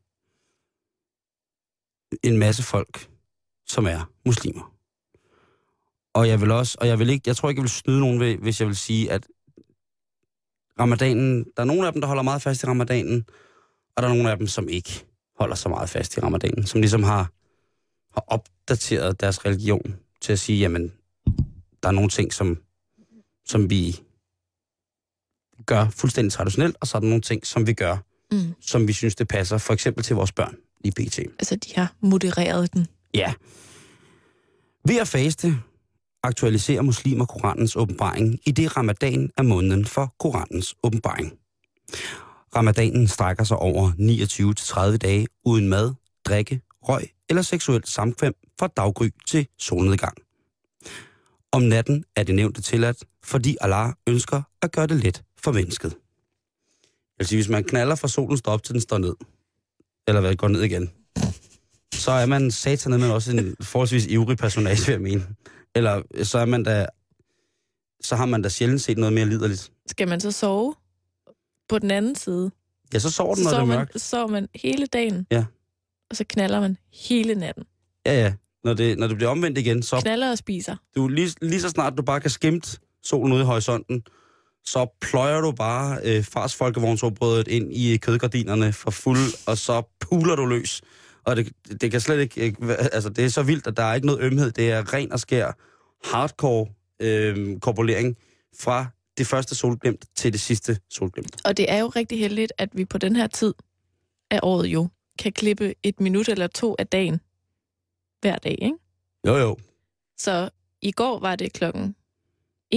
en masse folk, som er muslimer. Og jeg tror ikke, jeg vil snyde nogen, hvis jeg vil sige, at ramadanen, der er nogle af dem, der holder meget fast i ramadanen, og der er nogle af dem, som ikke holder så meget fast i ramadanen, som ligesom har opdateret deres religion til at sige, jamen, der er nogle ting, som vi gør fuldstændig traditionelt, og så er der nogle ting, som vi gør, som vi synes, det passer, for eksempel til vores børn i PT. Altså, de har modereret den. Ja. Ved at faste aktualiserer muslimer Koranens åbenbaring, i det ramadan er måneden for Koranens åbenbaring. Ramadanen strækker sig over 29-30 dage uden mad, drikke, røg eller seksuelt samkvem fra daggry til solnedgang. Om natten er det nævnte tilladt, fordi Allah ønsker at gøre det let for mennesket. Jeg vil sige, hvis man knalder fra solen står op til den står ned, eller hvad, går ned igen, så er man satanet, men også en forholdsvis ivrig personage, vil jeg mene. Eller så har man da sjældent set noget mere liderligt. Skal man så sove på den anden side? Ja, så sover den, når det er mørkt. Så sover man hele dagen, ja. Og så knaller man hele natten. Ja. Når det bliver omvendt igen, så... Knaller og spiser. Du, lige så snart du bare kan skimte solen ude i horisonten, så pløjer du bare fars folkevognsåbrødet ind i kødgardinerne for fuld, og så puler du løs. Og det kan slet ikke... Altså, det er så vildt, at der er ikke noget ømhed. Det er ren og skær hardcore korpulering fra det første solglimt til det sidste solglimt. Og det er jo rigtig heldigt, at vi på den her tid af året jo kan klippe 1 minut eller 2 af dagen hver dag, ikke? Jo. Så i går var det klokken 21.58.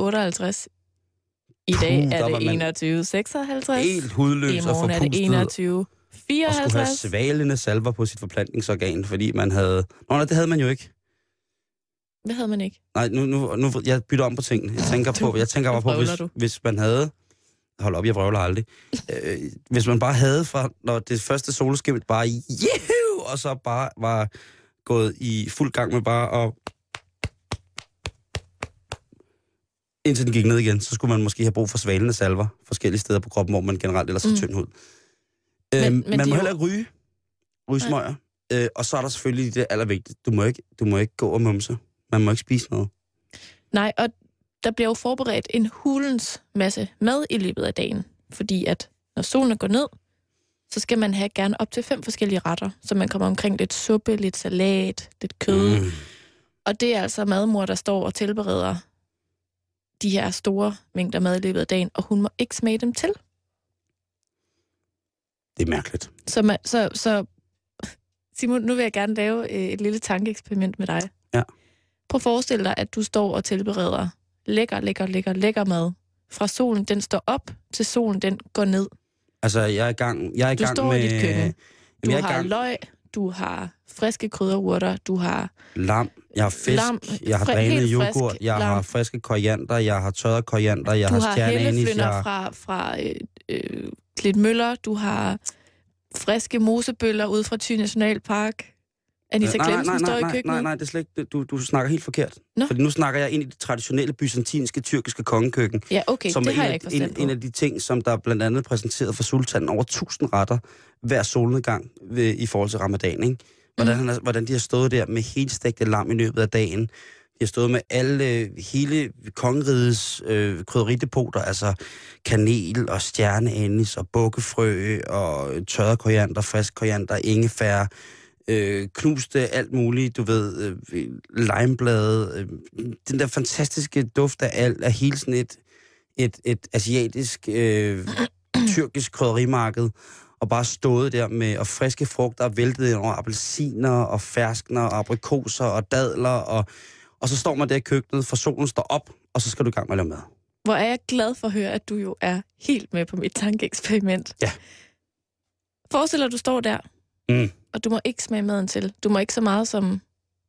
I dag er det 21.56. Helt hudløs og forpustet. I morgen er det 21.54. Og skulle have svalende salver på sit forplantningsorgan, fordi man havde... Nej, det havde man jo ikke. Hvad havde man ikke? Nej, nu jeg bytter om på tingene. Jeg tænker bare på, hvis man havde... Hold op, jeg vrøvler aldrig. Hvis man bare havde fra, når det første solskimt bare... Og så bare var gået i fuld gang med bare at... Indtil den gik ned igen, så skulle man måske have brug for svalende salver forskellige steder på kroppen, hvor man generelt ellers har tynd hud. Men man må de heller ikke ryge smøger. Og så er der selvfølgelig det allervigtigste. Du må ikke gå og mumse. Man må ikke spise noget. Nej, og der bliver jo forberedt en hulens masse mad i løbet af dagen. Fordi at når solen går ned, så skal man have gerne op til 5 forskellige retter. Så man kommer omkring lidt suppe, lidt salat, lidt kød. Og det er altså madmor, der står og tilbereder de her store mængder mad i løbet af dagen. Og hun må ikke smage dem til. Det er mærkeligt. Så Simon, nu vil jeg gerne lave et lille tankeeksperiment med dig. Ja. Prøv at forestille dig, at du står og tilbereder lækker mad. Fra solen, den står op, til solen, den går ned. Altså, jeg er i gang Du står med... i dit køkken. Du har løg, du har friske krydderurter, du har... Lam, jeg har fisk, jeg har drænet yoghurt, jeg har friske koriander, jeg har tørret koriander, jeg har stjerneanis, du har helleflynder fra Klitmøller, du har friske mosebøller ude fra Thy Nationalpark. Anita Clemsen står i køkkenet. Nej, det er slet ikke. Du snakker helt forkert. Nå? Fordi nu snakker jeg ind i det traditionelle byzantinske tyrkiske kongekøkken. Ja, okay, som det har jeg ikke forstand på. En af de ting, som der blandt andet præsenteret for sultanen over 1000 retter hver solnedgang i forhold til ramadan, ikke? Hvordan de har stået der med helt stegte lam i løbet af dagen. De har stået med hele kongerigets krydderidepoter, altså kanel og stjerneanis og bukkefrø og tørret koriander, frisk koriander, ingefær, knuste alt muligt, du ved, limeblade, den der fantastiske duft af hele sådan et asiatisk, tyrkisk krydderimarked, og bare stået der med og friske frugter og væltet ind over appelsiner og ferskner og aprikoser og dadler, og så står man der i køkkenet, for solen står op, og så skal du i gang med at lave mad. Hvor er jeg glad for at høre, at du jo er helt med på mit tankeeksperiment. Ja. Forestil dig, at du står der, og du må ikke smage maden til. Du må ikke så meget som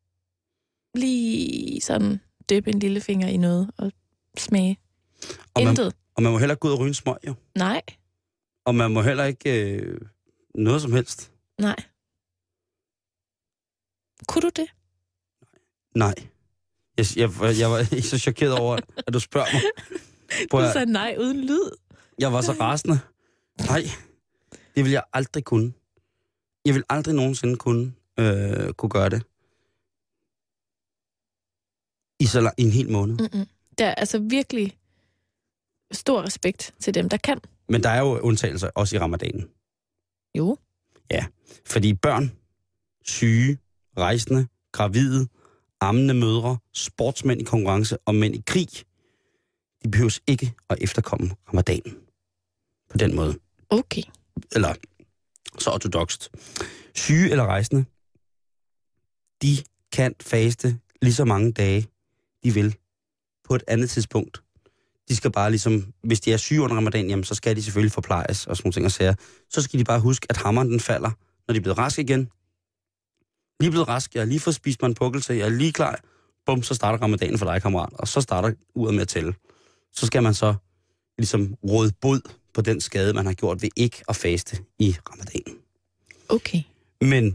lige sådan dyppe en lille finger i noget og smage. Intet. Og man må heller ikke gå ud og ryge en smøg, jo. Nej. Og man må heller ikke noget som helst. Nej. Kunne du det? Nej. Jeg var ikke så chokeret over, at du spørger mig. Du sagde nej uden lyd. Jeg var så rasende. Nej, det vil jeg aldrig kunne. Jeg vil aldrig nogensinde kunne gøre det. I en hel måned. Der er altså virkelig stor respekt til dem, der kan. Men der er jo undtagelser også i ramadanen. Jo. Ja, fordi børn, syge, rejsende, gravide, ammende mødre, sportsmænd i konkurrence og mænd i krig, de behøves ikke at efterkomme ramadanen. På den måde. Okay. Eller så ortodokst. Syge eller rejsende, de kan faste lige så mange dage, de vil, på et andet tidspunkt. De skal bare ligesom, hvis de er syge under ramadan, jamen, så skal de selvfølgelig forplejes og sådan nogle ting og sager. Så skal de bare huske, at hammeren den falder, når de er blevet raske igen. Lige blevet rask, jeg har lige fået spist mig en pukkelse, jeg er lige klar. Bum, så starter ramadanen for dig, kammerat. Og så starter uret med at tælle. Så skal man så ligesom råde bod på den skade, man har gjort ved ikke at faste i ramadanen. Okay. Men,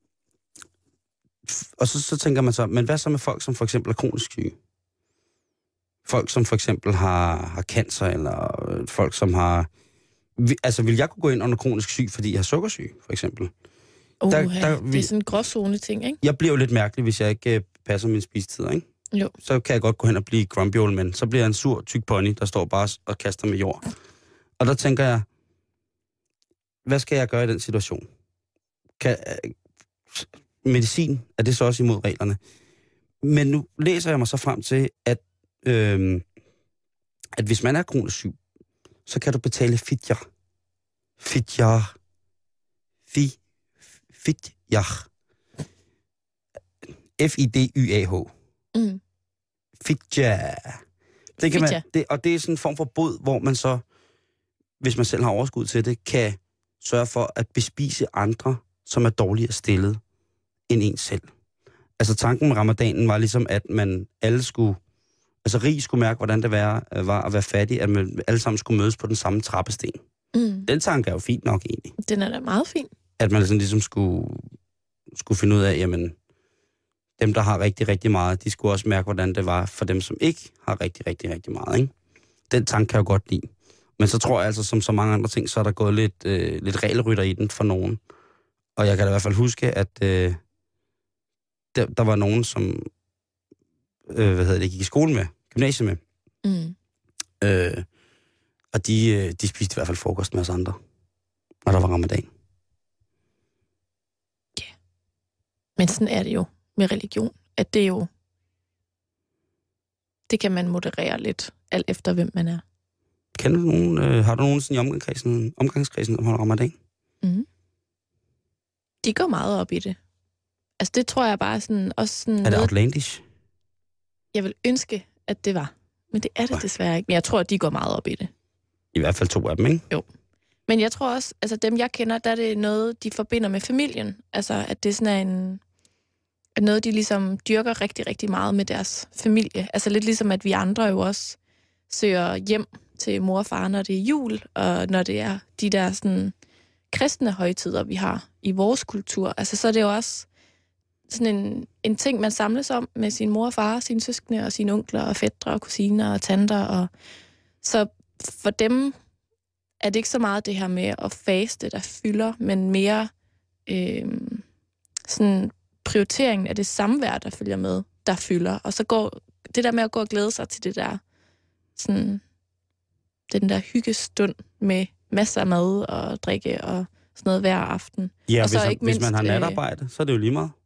og så tænker man så, men hvad så med folk, som for eksempel er kronisk syge? Folk, som for eksempel har cancer, eller folk, som har... Altså, vil jeg kunne gå ind under kronisk syg, fordi jeg har sukkersyge, for eksempel? Det er sådan en gråzone ting, ikke? Jeg bliver jo lidt mærkelig, hvis jeg ikke passer mine spisetider, ikke? Jo. Så kan jeg godt gå hen og blive grumpy old man. Så bliver jeg en sur, tyk pony, der står bare og kaster med jord. Og der tænker jeg, hvad skal jeg gøre i den situation? Medicin, er det så også imod reglerne? Men nu læser jeg mig så frem til, at hvis man er kronisk syg, så kan du betale fidya. Fidya. F-I-D-Y-A-H. Fidya. Det kan man, og det er sådan en form for bod, hvor man så, hvis man selv har overskud til det, kan sørge for at bespise andre, som er dårligere stillet end en selv. Altså tanken med ramadanen var ligesom, at man alle skulle, altså rig skulle mærke, hvordan det var at være fattig, at man alle sammen skulle mødes på den samme trappesten. Den tanke er jo fint nok egentlig. Den er da meget fin. At man ligesom skulle finde ud af, jamen, dem, der har rigtig, rigtig meget, de skulle også mærke, hvordan det var for dem, som ikke har rigtig, rigtig, rigtig meget, ikke? Den tanke kan jeg jo godt lide. Men så tror jeg altså, som så mange andre ting, så er der gået lidt regelrytter i den for nogen. Og jeg kan da i hvert fald huske, at der var nogen, som gik i skole med, gymnasiet med. Mm. Og de spiste i hvert fald frokost med os andre, når der var ramadan. Ja. Yeah. Men sådan er det jo med religion, at det er jo, det kan man moderere lidt, alt efter hvem man er. Kender du nogen, har du nogen sådan i omgangskredsen, der holder ramadan? Mm. De går meget op i det. Altså det tror jeg bare sådan, også sådan... Er det outlandish? Jeg vil ønske, at det var. Men det er det desværre ikke. Men jeg tror, at de går meget op i det. I hvert fald 2 af dem, ikke? Jo. Men jeg tror også, altså dem jeg kender, der er det noget, de forbinder med familien. Altså at det sådan er at noget, de ligesom dyrker rigtig, rigtig meget med deres familie. Altså lidt ligesom, at vi andre jo også søger hjem til mor og far, når det er jul, og når det er de der sådan kristne højtider, vi har i vores kultur. Altså så er det jo også sådan en ting, man samles om med sin mor og far, sine søskende og sine onkler og fætre og kusiner og tanter. Og så for dem er det ikke så meget det her med at faste, der fylder, men mere sådan prioriteringen af det samvær, der følger med, der fylder. Og så går det der med at gå og glæde sig til det der, sådan, den der hyggestund med masser af mad og drikke og sådan noget hver aften. Ja, og så hvis man har natarbejde, så er det jo lige meget.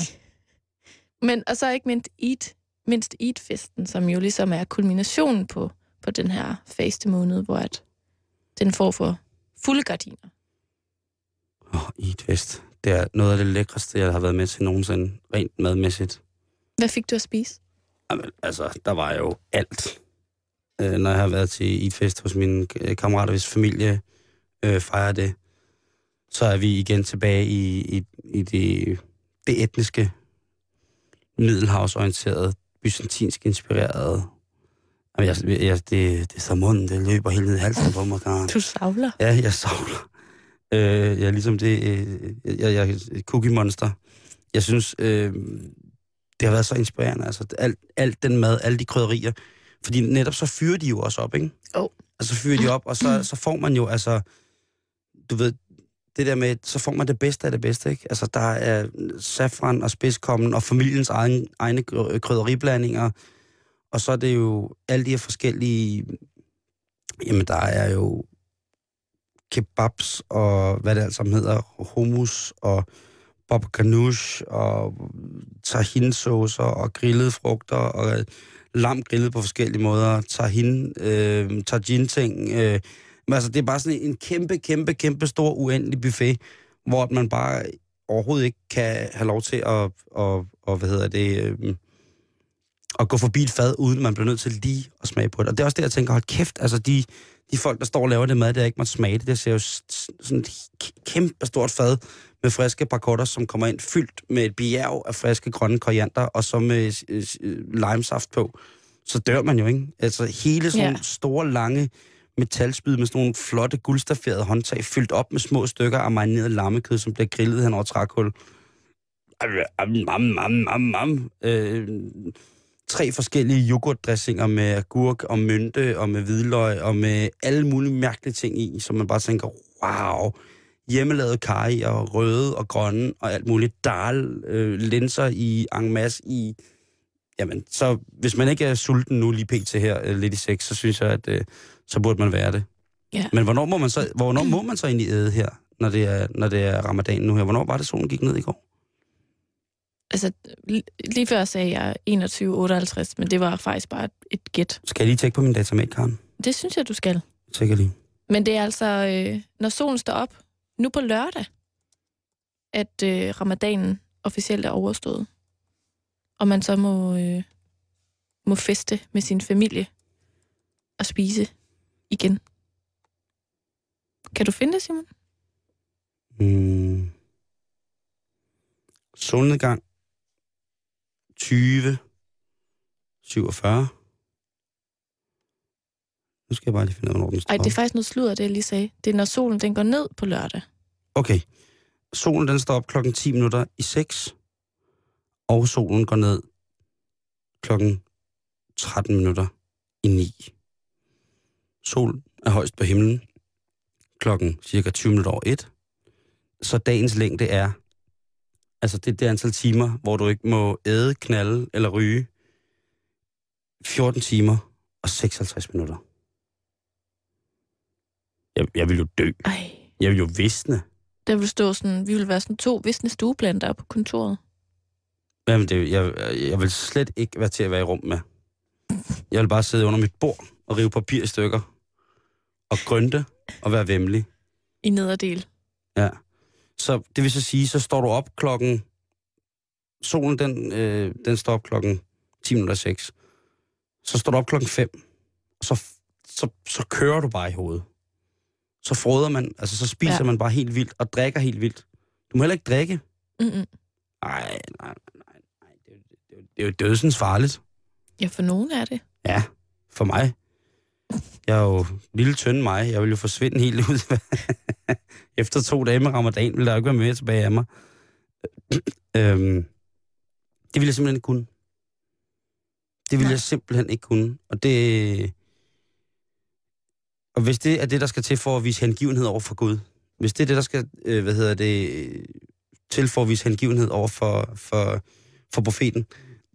Og så ikke mindst Eid-festen, som jo ligesom er kulminationen på den her faste måned, hvor at den får for fulde gardiner. Eid-fest. Det er noget af det lækreste, jeg har været med til nogensinde, rent madmæssigt. Hvad fik du at spise? Jamen, altså, der var jo alt. Når jeg har været til Eid-fest hos mine kammerater, hvis familie fejrer det, så er vi igen tilbage i det etniske, middelhavsorienterede, byzantinsk inspirerede. Jamen, det er så munden, det løber helt ned i halsen på mig. Du savler? Ja, jeg savler. Jeg er ligesom jeg er et cookie monster. Jeg synes, det har været så inspirerende. Altså, alt den mad, alle de krydderier. Fordi netop så fyrer de jo også op, ikke? Altså fyrer de op, og så får man jo, altså, du ved, det der med, så får man det bedste af det bedste, ikke? Altså, der er safran og spidskommen og familiens egne krydderiblandinger. Og så er det jo alle de her forskellige, jamen der er jo kebabs og hvad det alt sammen hedder, hummus og baba ganoush og tahinsaucer og grillede frugter og lam grillet på forskellige måder, tajin-ting. Men altså, det er bare sådan en kæmpe stor uendelig buffet, hvor man bare overhovedet ikke kan have lov til at gå forbi et fad, uden man bliver nødt til lige at smage på det. Og det er også det, jeg tænker, hold kæft, altså de folk, der står og laver det mad, der ikke måtte smage det, ser jo sådan et kæmpe stort fad med friske pakotter, som kommer ind fyldt med et bjerg af friske grønne koriander, og så med limesaft på. Så dør man jo, ikke? Altså hele sådan nogle store, lange metalspyd med sådan nogle flotte, guldstafferede håndtag, fyldt op med små stykker af marineret lammekød, som bliver grillet hen over trækul. 3 forskellige yoghurtdressinger med agurk og mynte og med hvidløg og med alle mulige mærkelige ting i, som man bare tænker, wow, hjemmelavet karry og røde og grønne og alt muligt dal, linser i en masse i. Jamen, så hvis man ikke er sulten nu lige pt. Her lidt i 6, så synes jeg, at så burde man være det. Ja. Men hvornår må man så egentlig æde her, når det er ramadan nu her? Hvornår var det, solen gik ned i går? Altså, lige før sagde jeg 21:58, men det var faktisk bare et gæt. Skal jeg lige tjekke på min datamat, Karen? Det synes jeg, du skal. Tjekker lige. Men det er altså, når solen står op, nu på lørdag, at ramadanen officielt er overstået. Og man så må feste med sin familie og spise igen. Kan du finde det, Simon? Solnedgang 20:47. Nu skal jeg bare lige finde ud af, hvornår den står. Ej, det er faktisk noget sludder, det jeg lige sagde. Det er, når solen den går ned på lørdag. Okay. Solen den står op 10:10, og solen går ned 13:13. Sol er højst på himlen. Klokken cirka 20 minutter over 1. Så dagens længde er, altså det antal timer, hvor du ikke må æde, knalde eller ryge. 14 timer og 56 minutter. Jeg vil jo dø. Ej. Jeg vil jo visne. Der vil stå sådan, vi vil være sådan 2 visne stueplanter på kontoret. Jamen, jeg vil slet ikke være til at være i rum med. Jeg vil bare sidde under mit bord og rive papir i stykker. Og grønte og være væmmelig. I nederdel. Ja. Så det vil så sige, så står du op klokken... Solen, den står op klokken 10:06. Så står du op klokken 5. Og så kører du bare i hovedet. Så froder man, altså så spiser man bare helt vildt og drikker helt vildt. Du må heller ikke drikke. Mm-mm. Nej. Det er jo dødsens farligt. Ja, for nogen er det. Ja, for mig. Jeg er jo lille tynde mig. Jeg vil jo forsvinde helt ud. Efter 2 dage med ramadan, vil der jo ikke være mere tilbage af mig. Det vil jeg simpelthen ikke kunne. Det vil jeg simpelthen ikke kunne. Og hvis det er det, der skal til for at vise hengivenhed over for Gud, hvis det er det, der skal, til for at vise hengivenhed over for profeten,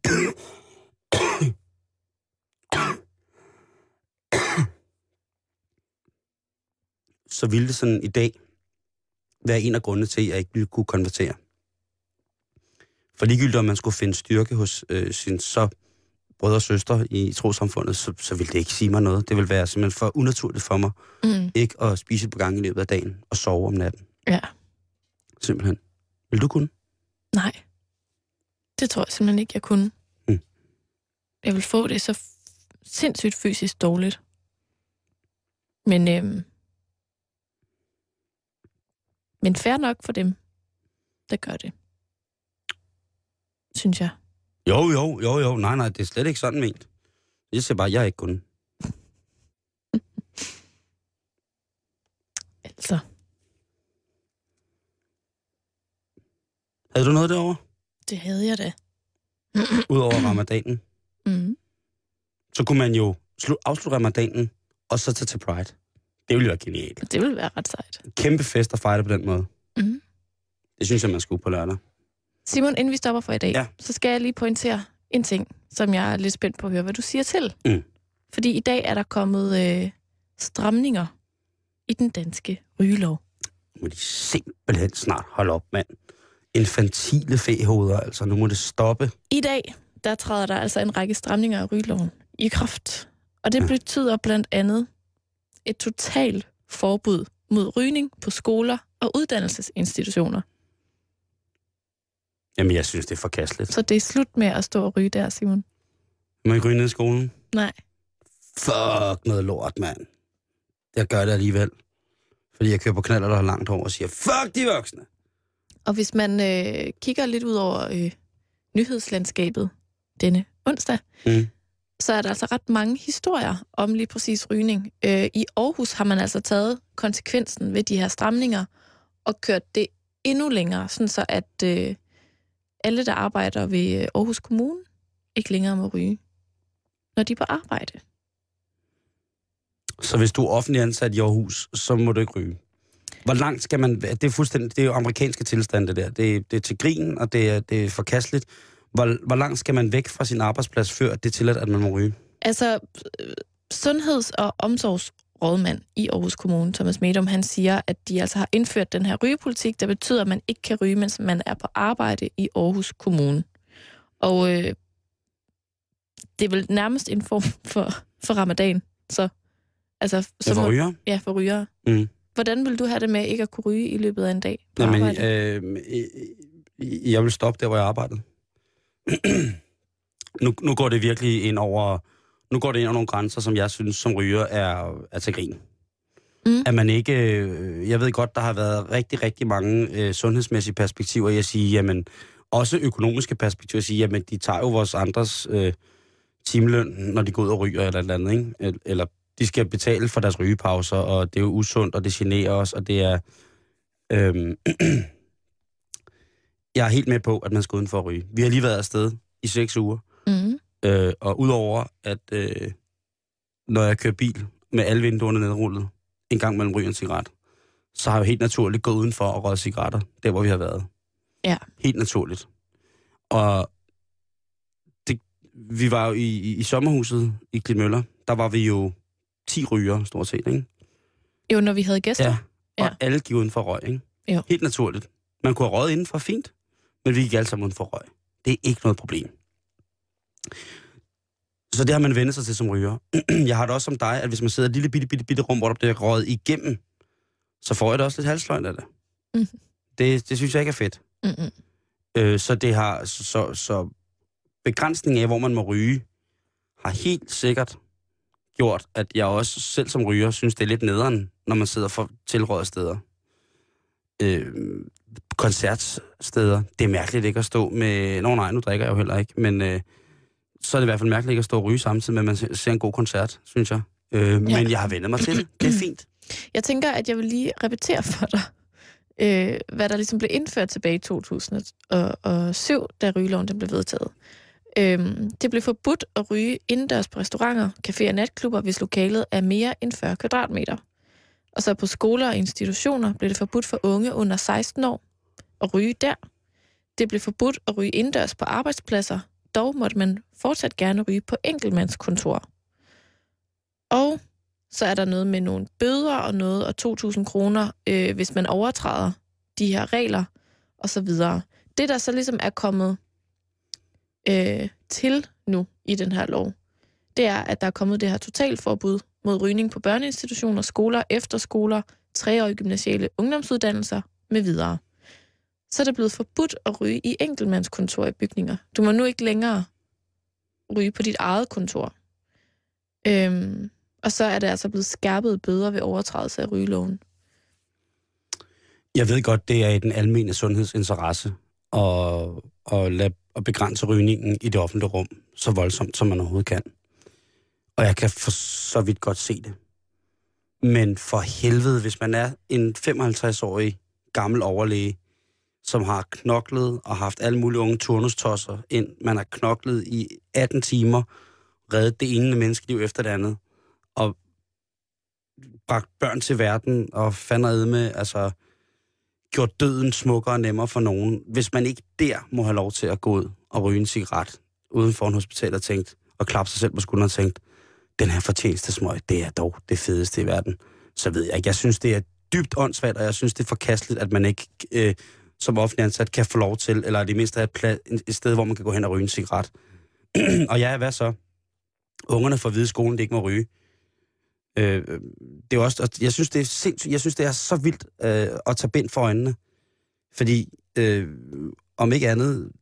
så ville det sådan i dag være en af grundene til, at jeg ikke ville kunne konvertere. For ligegyldigt, om man skulle finde styrke hos sin så brødre og søstre i trossamfundet, så ville det ikke sige mig noget. Det ville være simpelthen for unaturligt for mig, ikke at spise et par gange i løbet af dagen og sove om natten. Ja. Simpelthen. Vil du kunne? Nej. Det tror jeg simpelthen ikke, jeg kunne. Jeg vil få det så sindssygt fysisk dårligt. Men fair nok for dem, der gør det. Synes jeg. Jo. Nej, det er slet ikke sådan ment. Jeg siger bare, at jeg ikke kunne. Altså. Havde du noget derovre? Det havde jeg da. Udover ramadanen. Så kunne man jo afslutte ramadanen, og så tage til Pride. Det ville jo være genialt. Det ville være ret sejt. Kæmpe fest at fejre på den måde. Det synes jeg, man skal på lørdag. Simon, inden vi stopper for i dag, så skal jeg lige pointere en ting, som jeg er lidt spændt på at høre, hvad du siger til. Fordi i dag er der kommet stramninger i den danske rygelov. Nu må de simpelthen snart holde op, mand. Infantile fæhoveder, altså. Nu må det stoppe. I dag, der træder der altså en række stramninger af rygeloven i kraft. Og det betyder blandt andet et totalt forbud mod rygning på skoler og uddannelsesinstitutioner. Jamen, jeg synes, det er forkasteligt. Så det er slut med at stå og ryge der, Simon? Må I ryge ned i skolen? Nej. Fuck noget lort, mand. Jeg gør det alligevel. Fordi jeg kører på knaller, der har langt hår og siger, fuck de voksne! Og hvis man kigger lidt ud over nyhedslandskabet denne onsdag, så er der altså ret mange historier om lige præcis rygning. I Aarhus har man altså taget konsekvensen ved de her stramninger og kørt det endnu længere, sådan så at alle, der arbejder ved Aarhus Kommune, ikke længere må ryge, når de er på arbejde. Så hvis du er offentlig ansat i Aarhus, så må du ikke ryge? Hvor langt skal man... Det er fuldstændig... Det er jo amerikanske tilstande, det der. Det er til grin, og det er forkasteligt. Hvor langt skal man væk fra sin arbejdsplads, før det er tilladt, at man må ryge? Altså, sundheds- og omsorgsrådmand i Aarhus Kommune, Thomas Medom, han siger, at de altså har indført den her rygepolitik, der betyder, at man ikke kan ryge, mens man er på arbejde i Aarhus Kommune. Og det er vel nærmest en form for ramadan. Så, altså, for rygere? Ja, for rygere. Hvordan vil du have det med ikke at kunne ryge i løbet af en dag på arbejde? Jeg vil stoppe der, hvor jeg arbejdede. nu går det virkelig ind over... Nu går det ind over nogle grænser, som jeg synes, som ryger er til grin. At man ikke... Jeg ved godt, der har været rigtig, rigtig mange sundhedsmæssige perspektiver i at sige, jamen... Også økonomiske perspektiver at sige, jamen, de tager jo vores andres timeløn, når de går ud og ryger eller et andet, ikke? Eller de skal betale for deres rygepauser, og det er jo usundt, og det generer os, og det er... Jeg er helt med på, at man skal uden for at ryge. Vi har lige været afsted i 6 uger. Og udover, at når jeg kører bil med alle vinduerne nedrullet, en gang mellem ryger en cigaret, så har jeg jo helt naturligt gået udenfor og røget cigaretter, der hvor vi har været. Ja. Helt naturligt. Og vi var jo i sommerhuset i Klitmøller, der var vi jo 10 ryger, stort set, ikke? Jo, når vi havde gæster. Ja, og alle gik uden for røg, ikke? Jo. Helt naturligt. Man kunne have røget indenfor fint, men vi gik alle sammen uden for røg. Det er ikke noget problem. Så det har man vendt sig til som ryger. Jeg har det også som dig, at hvis man sidder i et lille bitte rum, hvor der bliver røget igennem, så får jeg da også lidt halsløgn af det. Mm. Det synes jeg ikke er fedt. Så det har... Så begrænsning af, hvor man må ryge, har helt sikkert gjort, at jeg også selv som ryger synes, det er lidt nederen, når man sidder for tilrådede steder. Koncertsteder. Det er mærkeligt ikke at stå med... Nej, nu drikker jeg jo heller ikke, men så er det i hvert fald mærkeligt ikke at stå og ryge samtidig med, at man ser en god koncert, synes jeg. Men jeg har vendt mig til det. Det er fint. Jeg tænker, at jeg vil lige repetere for dig, hvad der ligesom blev indført tilbage i 2007, da rygeloven den blev vedtaget. Det blev forbudt at ryge indendørs på restauranter, caféer og natklubber, hvis lokalet er mere end 40 kvadratmeter. Og så på skoler og institutioner blev det forbudt for unge under 16 år at ryge der. Det blev forbudt at ryge indendørs på arbejdspladser, dog måtte man fortsat gerne ryge på enkeltmandskontor. Og så er der noget med nogle bøder og noget og 2.000 kroner, hvis man overtræder de her regler og så videre. Det, der så ligesom er kommet til nu i den her lov, det er, at der er kommet det her totalforbud mod rygning på børneinstitutioner, skoler, efterskoler, 3-årige gymnasiale ungdomsuddannelser med videre. Så er det blevet forbudt at ryge i enkeltmandskontor i bygninger. Du må nu ikke længere ryge på dit eget kontor. Og så er det altså blevet skærpede bøder ved overtrædelse af rygeloven. Jeg ved godt, det er i den almene sundhedsinteresse at begrænse rygningen i det offentlige rum så voldsomt, som man overhovedet kan. Og jeg kan for så vidt godt se det. Men for helvede, hvis man er en 55-årig gammel overlæge, som har knoklet og haft alle mulige unge turnustosser ind, man har knoklet i 18 timer, reddet det ene menneskeliv efter det andet, og bragt børn til verden, og fandme, altså gjort døden smukkere og nemmere for nogen. Hvis man ikke der må have lov til at gå ud og ryge en cigaret uden for en hospital og tænkt, og klappe sig selv på skulderen og tænkt, den her fortjenestesmøg, det er dog det fedeste i verden. Så ved jeg ikke. Jeg synes, det er dybt åndssvagt, og jeg synes, det er forkasteligt, at man ikke som offentlig ansat kan få lov til, eller i det mindste have et sted, hvor man kan gå hen og ryge en cigaret. Og ja, hvad så? Ungerne får at vide i skolen, det ikke må ryge. Det er også, jeg synes, det er sindssygt. Jeg synes, det er så vildt at tage bind for øjnene. Fordi, om ikke andet,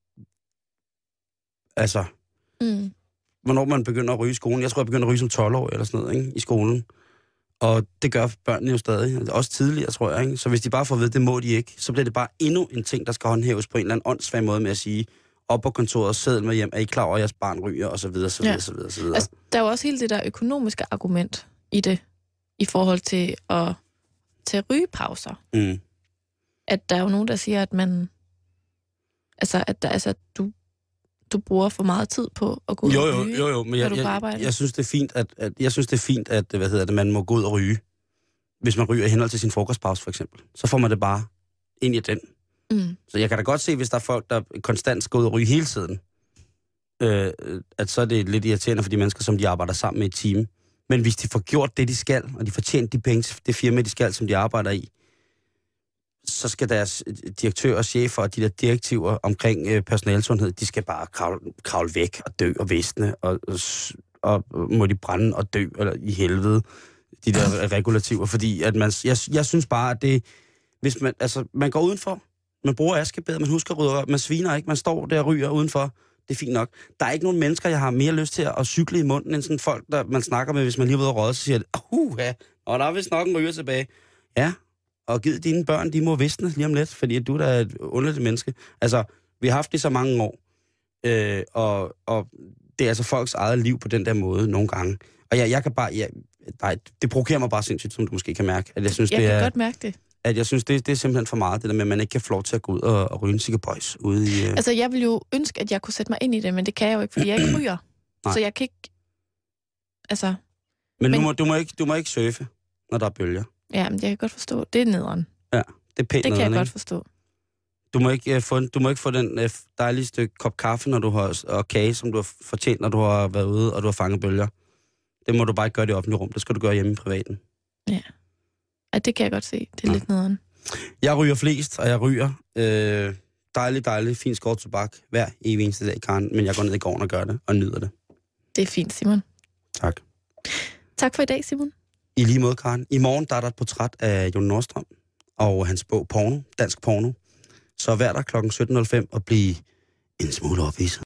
altså, hvornår man begynder at ryge i skolen. Jeg tror, jeg begynder at ryge som 12 år eller sådan noget, ikke? I skolen. Og det gør børnene jo stadig. Også tidligere, tror jeg, ikke? Så hvis de bare får at vide, det må de ikke, så bliver det bare endnu en ting, der skal håndhæves på en eller anden åndssvag måde med at sige, op på kontoret og sædel med hjem, er I klar over, at jeres barn ryger, og så videre, så videre, så videre, så videre. Altså, der er jo også hele det der økonomiske argument i det, i forhold til at tage rygepauser. At der er jo nogen, der siger, at man, du bruger for meget tid på at gå ud og ryge, jo, men jeg synes, det er fint, at man må gå ud og ryge. Hvis man ryger i henhold til sin frokostpause, for eksempel. Så får man det bare ind i den. Så jeg kan da godt se, hvis der er folk, der konstant skal ud og ryge hele tiden, at så er det lidt irriterende for de mennesker, som de arbejder sammen med i team. Men hvis de får gjort det, de skal, og de får tjent de penge til det firma, de skal, som de arbejder i, så skal deres direktør og chefer og de der direktiver omkring personalsundhed, de skal bare kravle væk og dø og visne, og må de brænde og dø eller i helvede, de der regulativer. Fordi at jeg synes bare, at det, hvis man går udenfor, man bruger askebæder, man husker at rydde op, man sviner ikke, man står der og ryger udenfor, det er fint nok. Der er ikke nogen mennesker, jeg har mere lyst til at cykle i munden, end sådan folk, der man snakker med, hvis man lige er ude og røde, så siger det, og der er vist nok en ryger tilbage. Ja, og giv dine børn, de må visne lige om lidt, fordi du der er et underligt menneske. Altså, vi har haft det så mange år, og det er altså folks eget liv på den der måde nogle gange. Og jeg kan bare, det provokerer mig bare sindssygt, som du måske kan mærke. At jeg synes, jeg kan godt mærke det. At jeg synes, det er simpelthen for meget, det der med, at man ikke kan få lov til at gå ud og ryge en cigaboys ude i... Altså, jeg vil jo ønske, at jeg kunne sætte mig ind i det, men det kan jeg jo ikke, fordi jeg ikke ryger. Så jeg kan ikke... Altså, Men du må ikke surfe, når der er bølger. Ja, men jeg kan godt forstå. Det er nederen. Ja, det er pænt Det kan nederen, jeg godt ikke? forstå. Du må ikke få den dejlige stykke kop kaffe og kage, som du har fortjent, når du har været ude, og du har fanget bølger. Det må du bare ikke gøre i det offentlige rum. Det skal du gøre hjemme i privaten. Ja. Ja, det kan jeg godt se. Det er lidt nederen. Jeg ryger flest, og jeg ryger dejlig, fin skåret tobak hver evig eneste dag, Karen. Men jeg går ned i gården og gør det, og nyder det. Det er fint, Simon. Tak. Tak for i dag, Simon. I lige måde, Karen. I morgen der er der et portræt af Jon Nordstrøm og hans bog Porno, dansk porno. Så vær der kl. 17.05 og blive en smule opvist.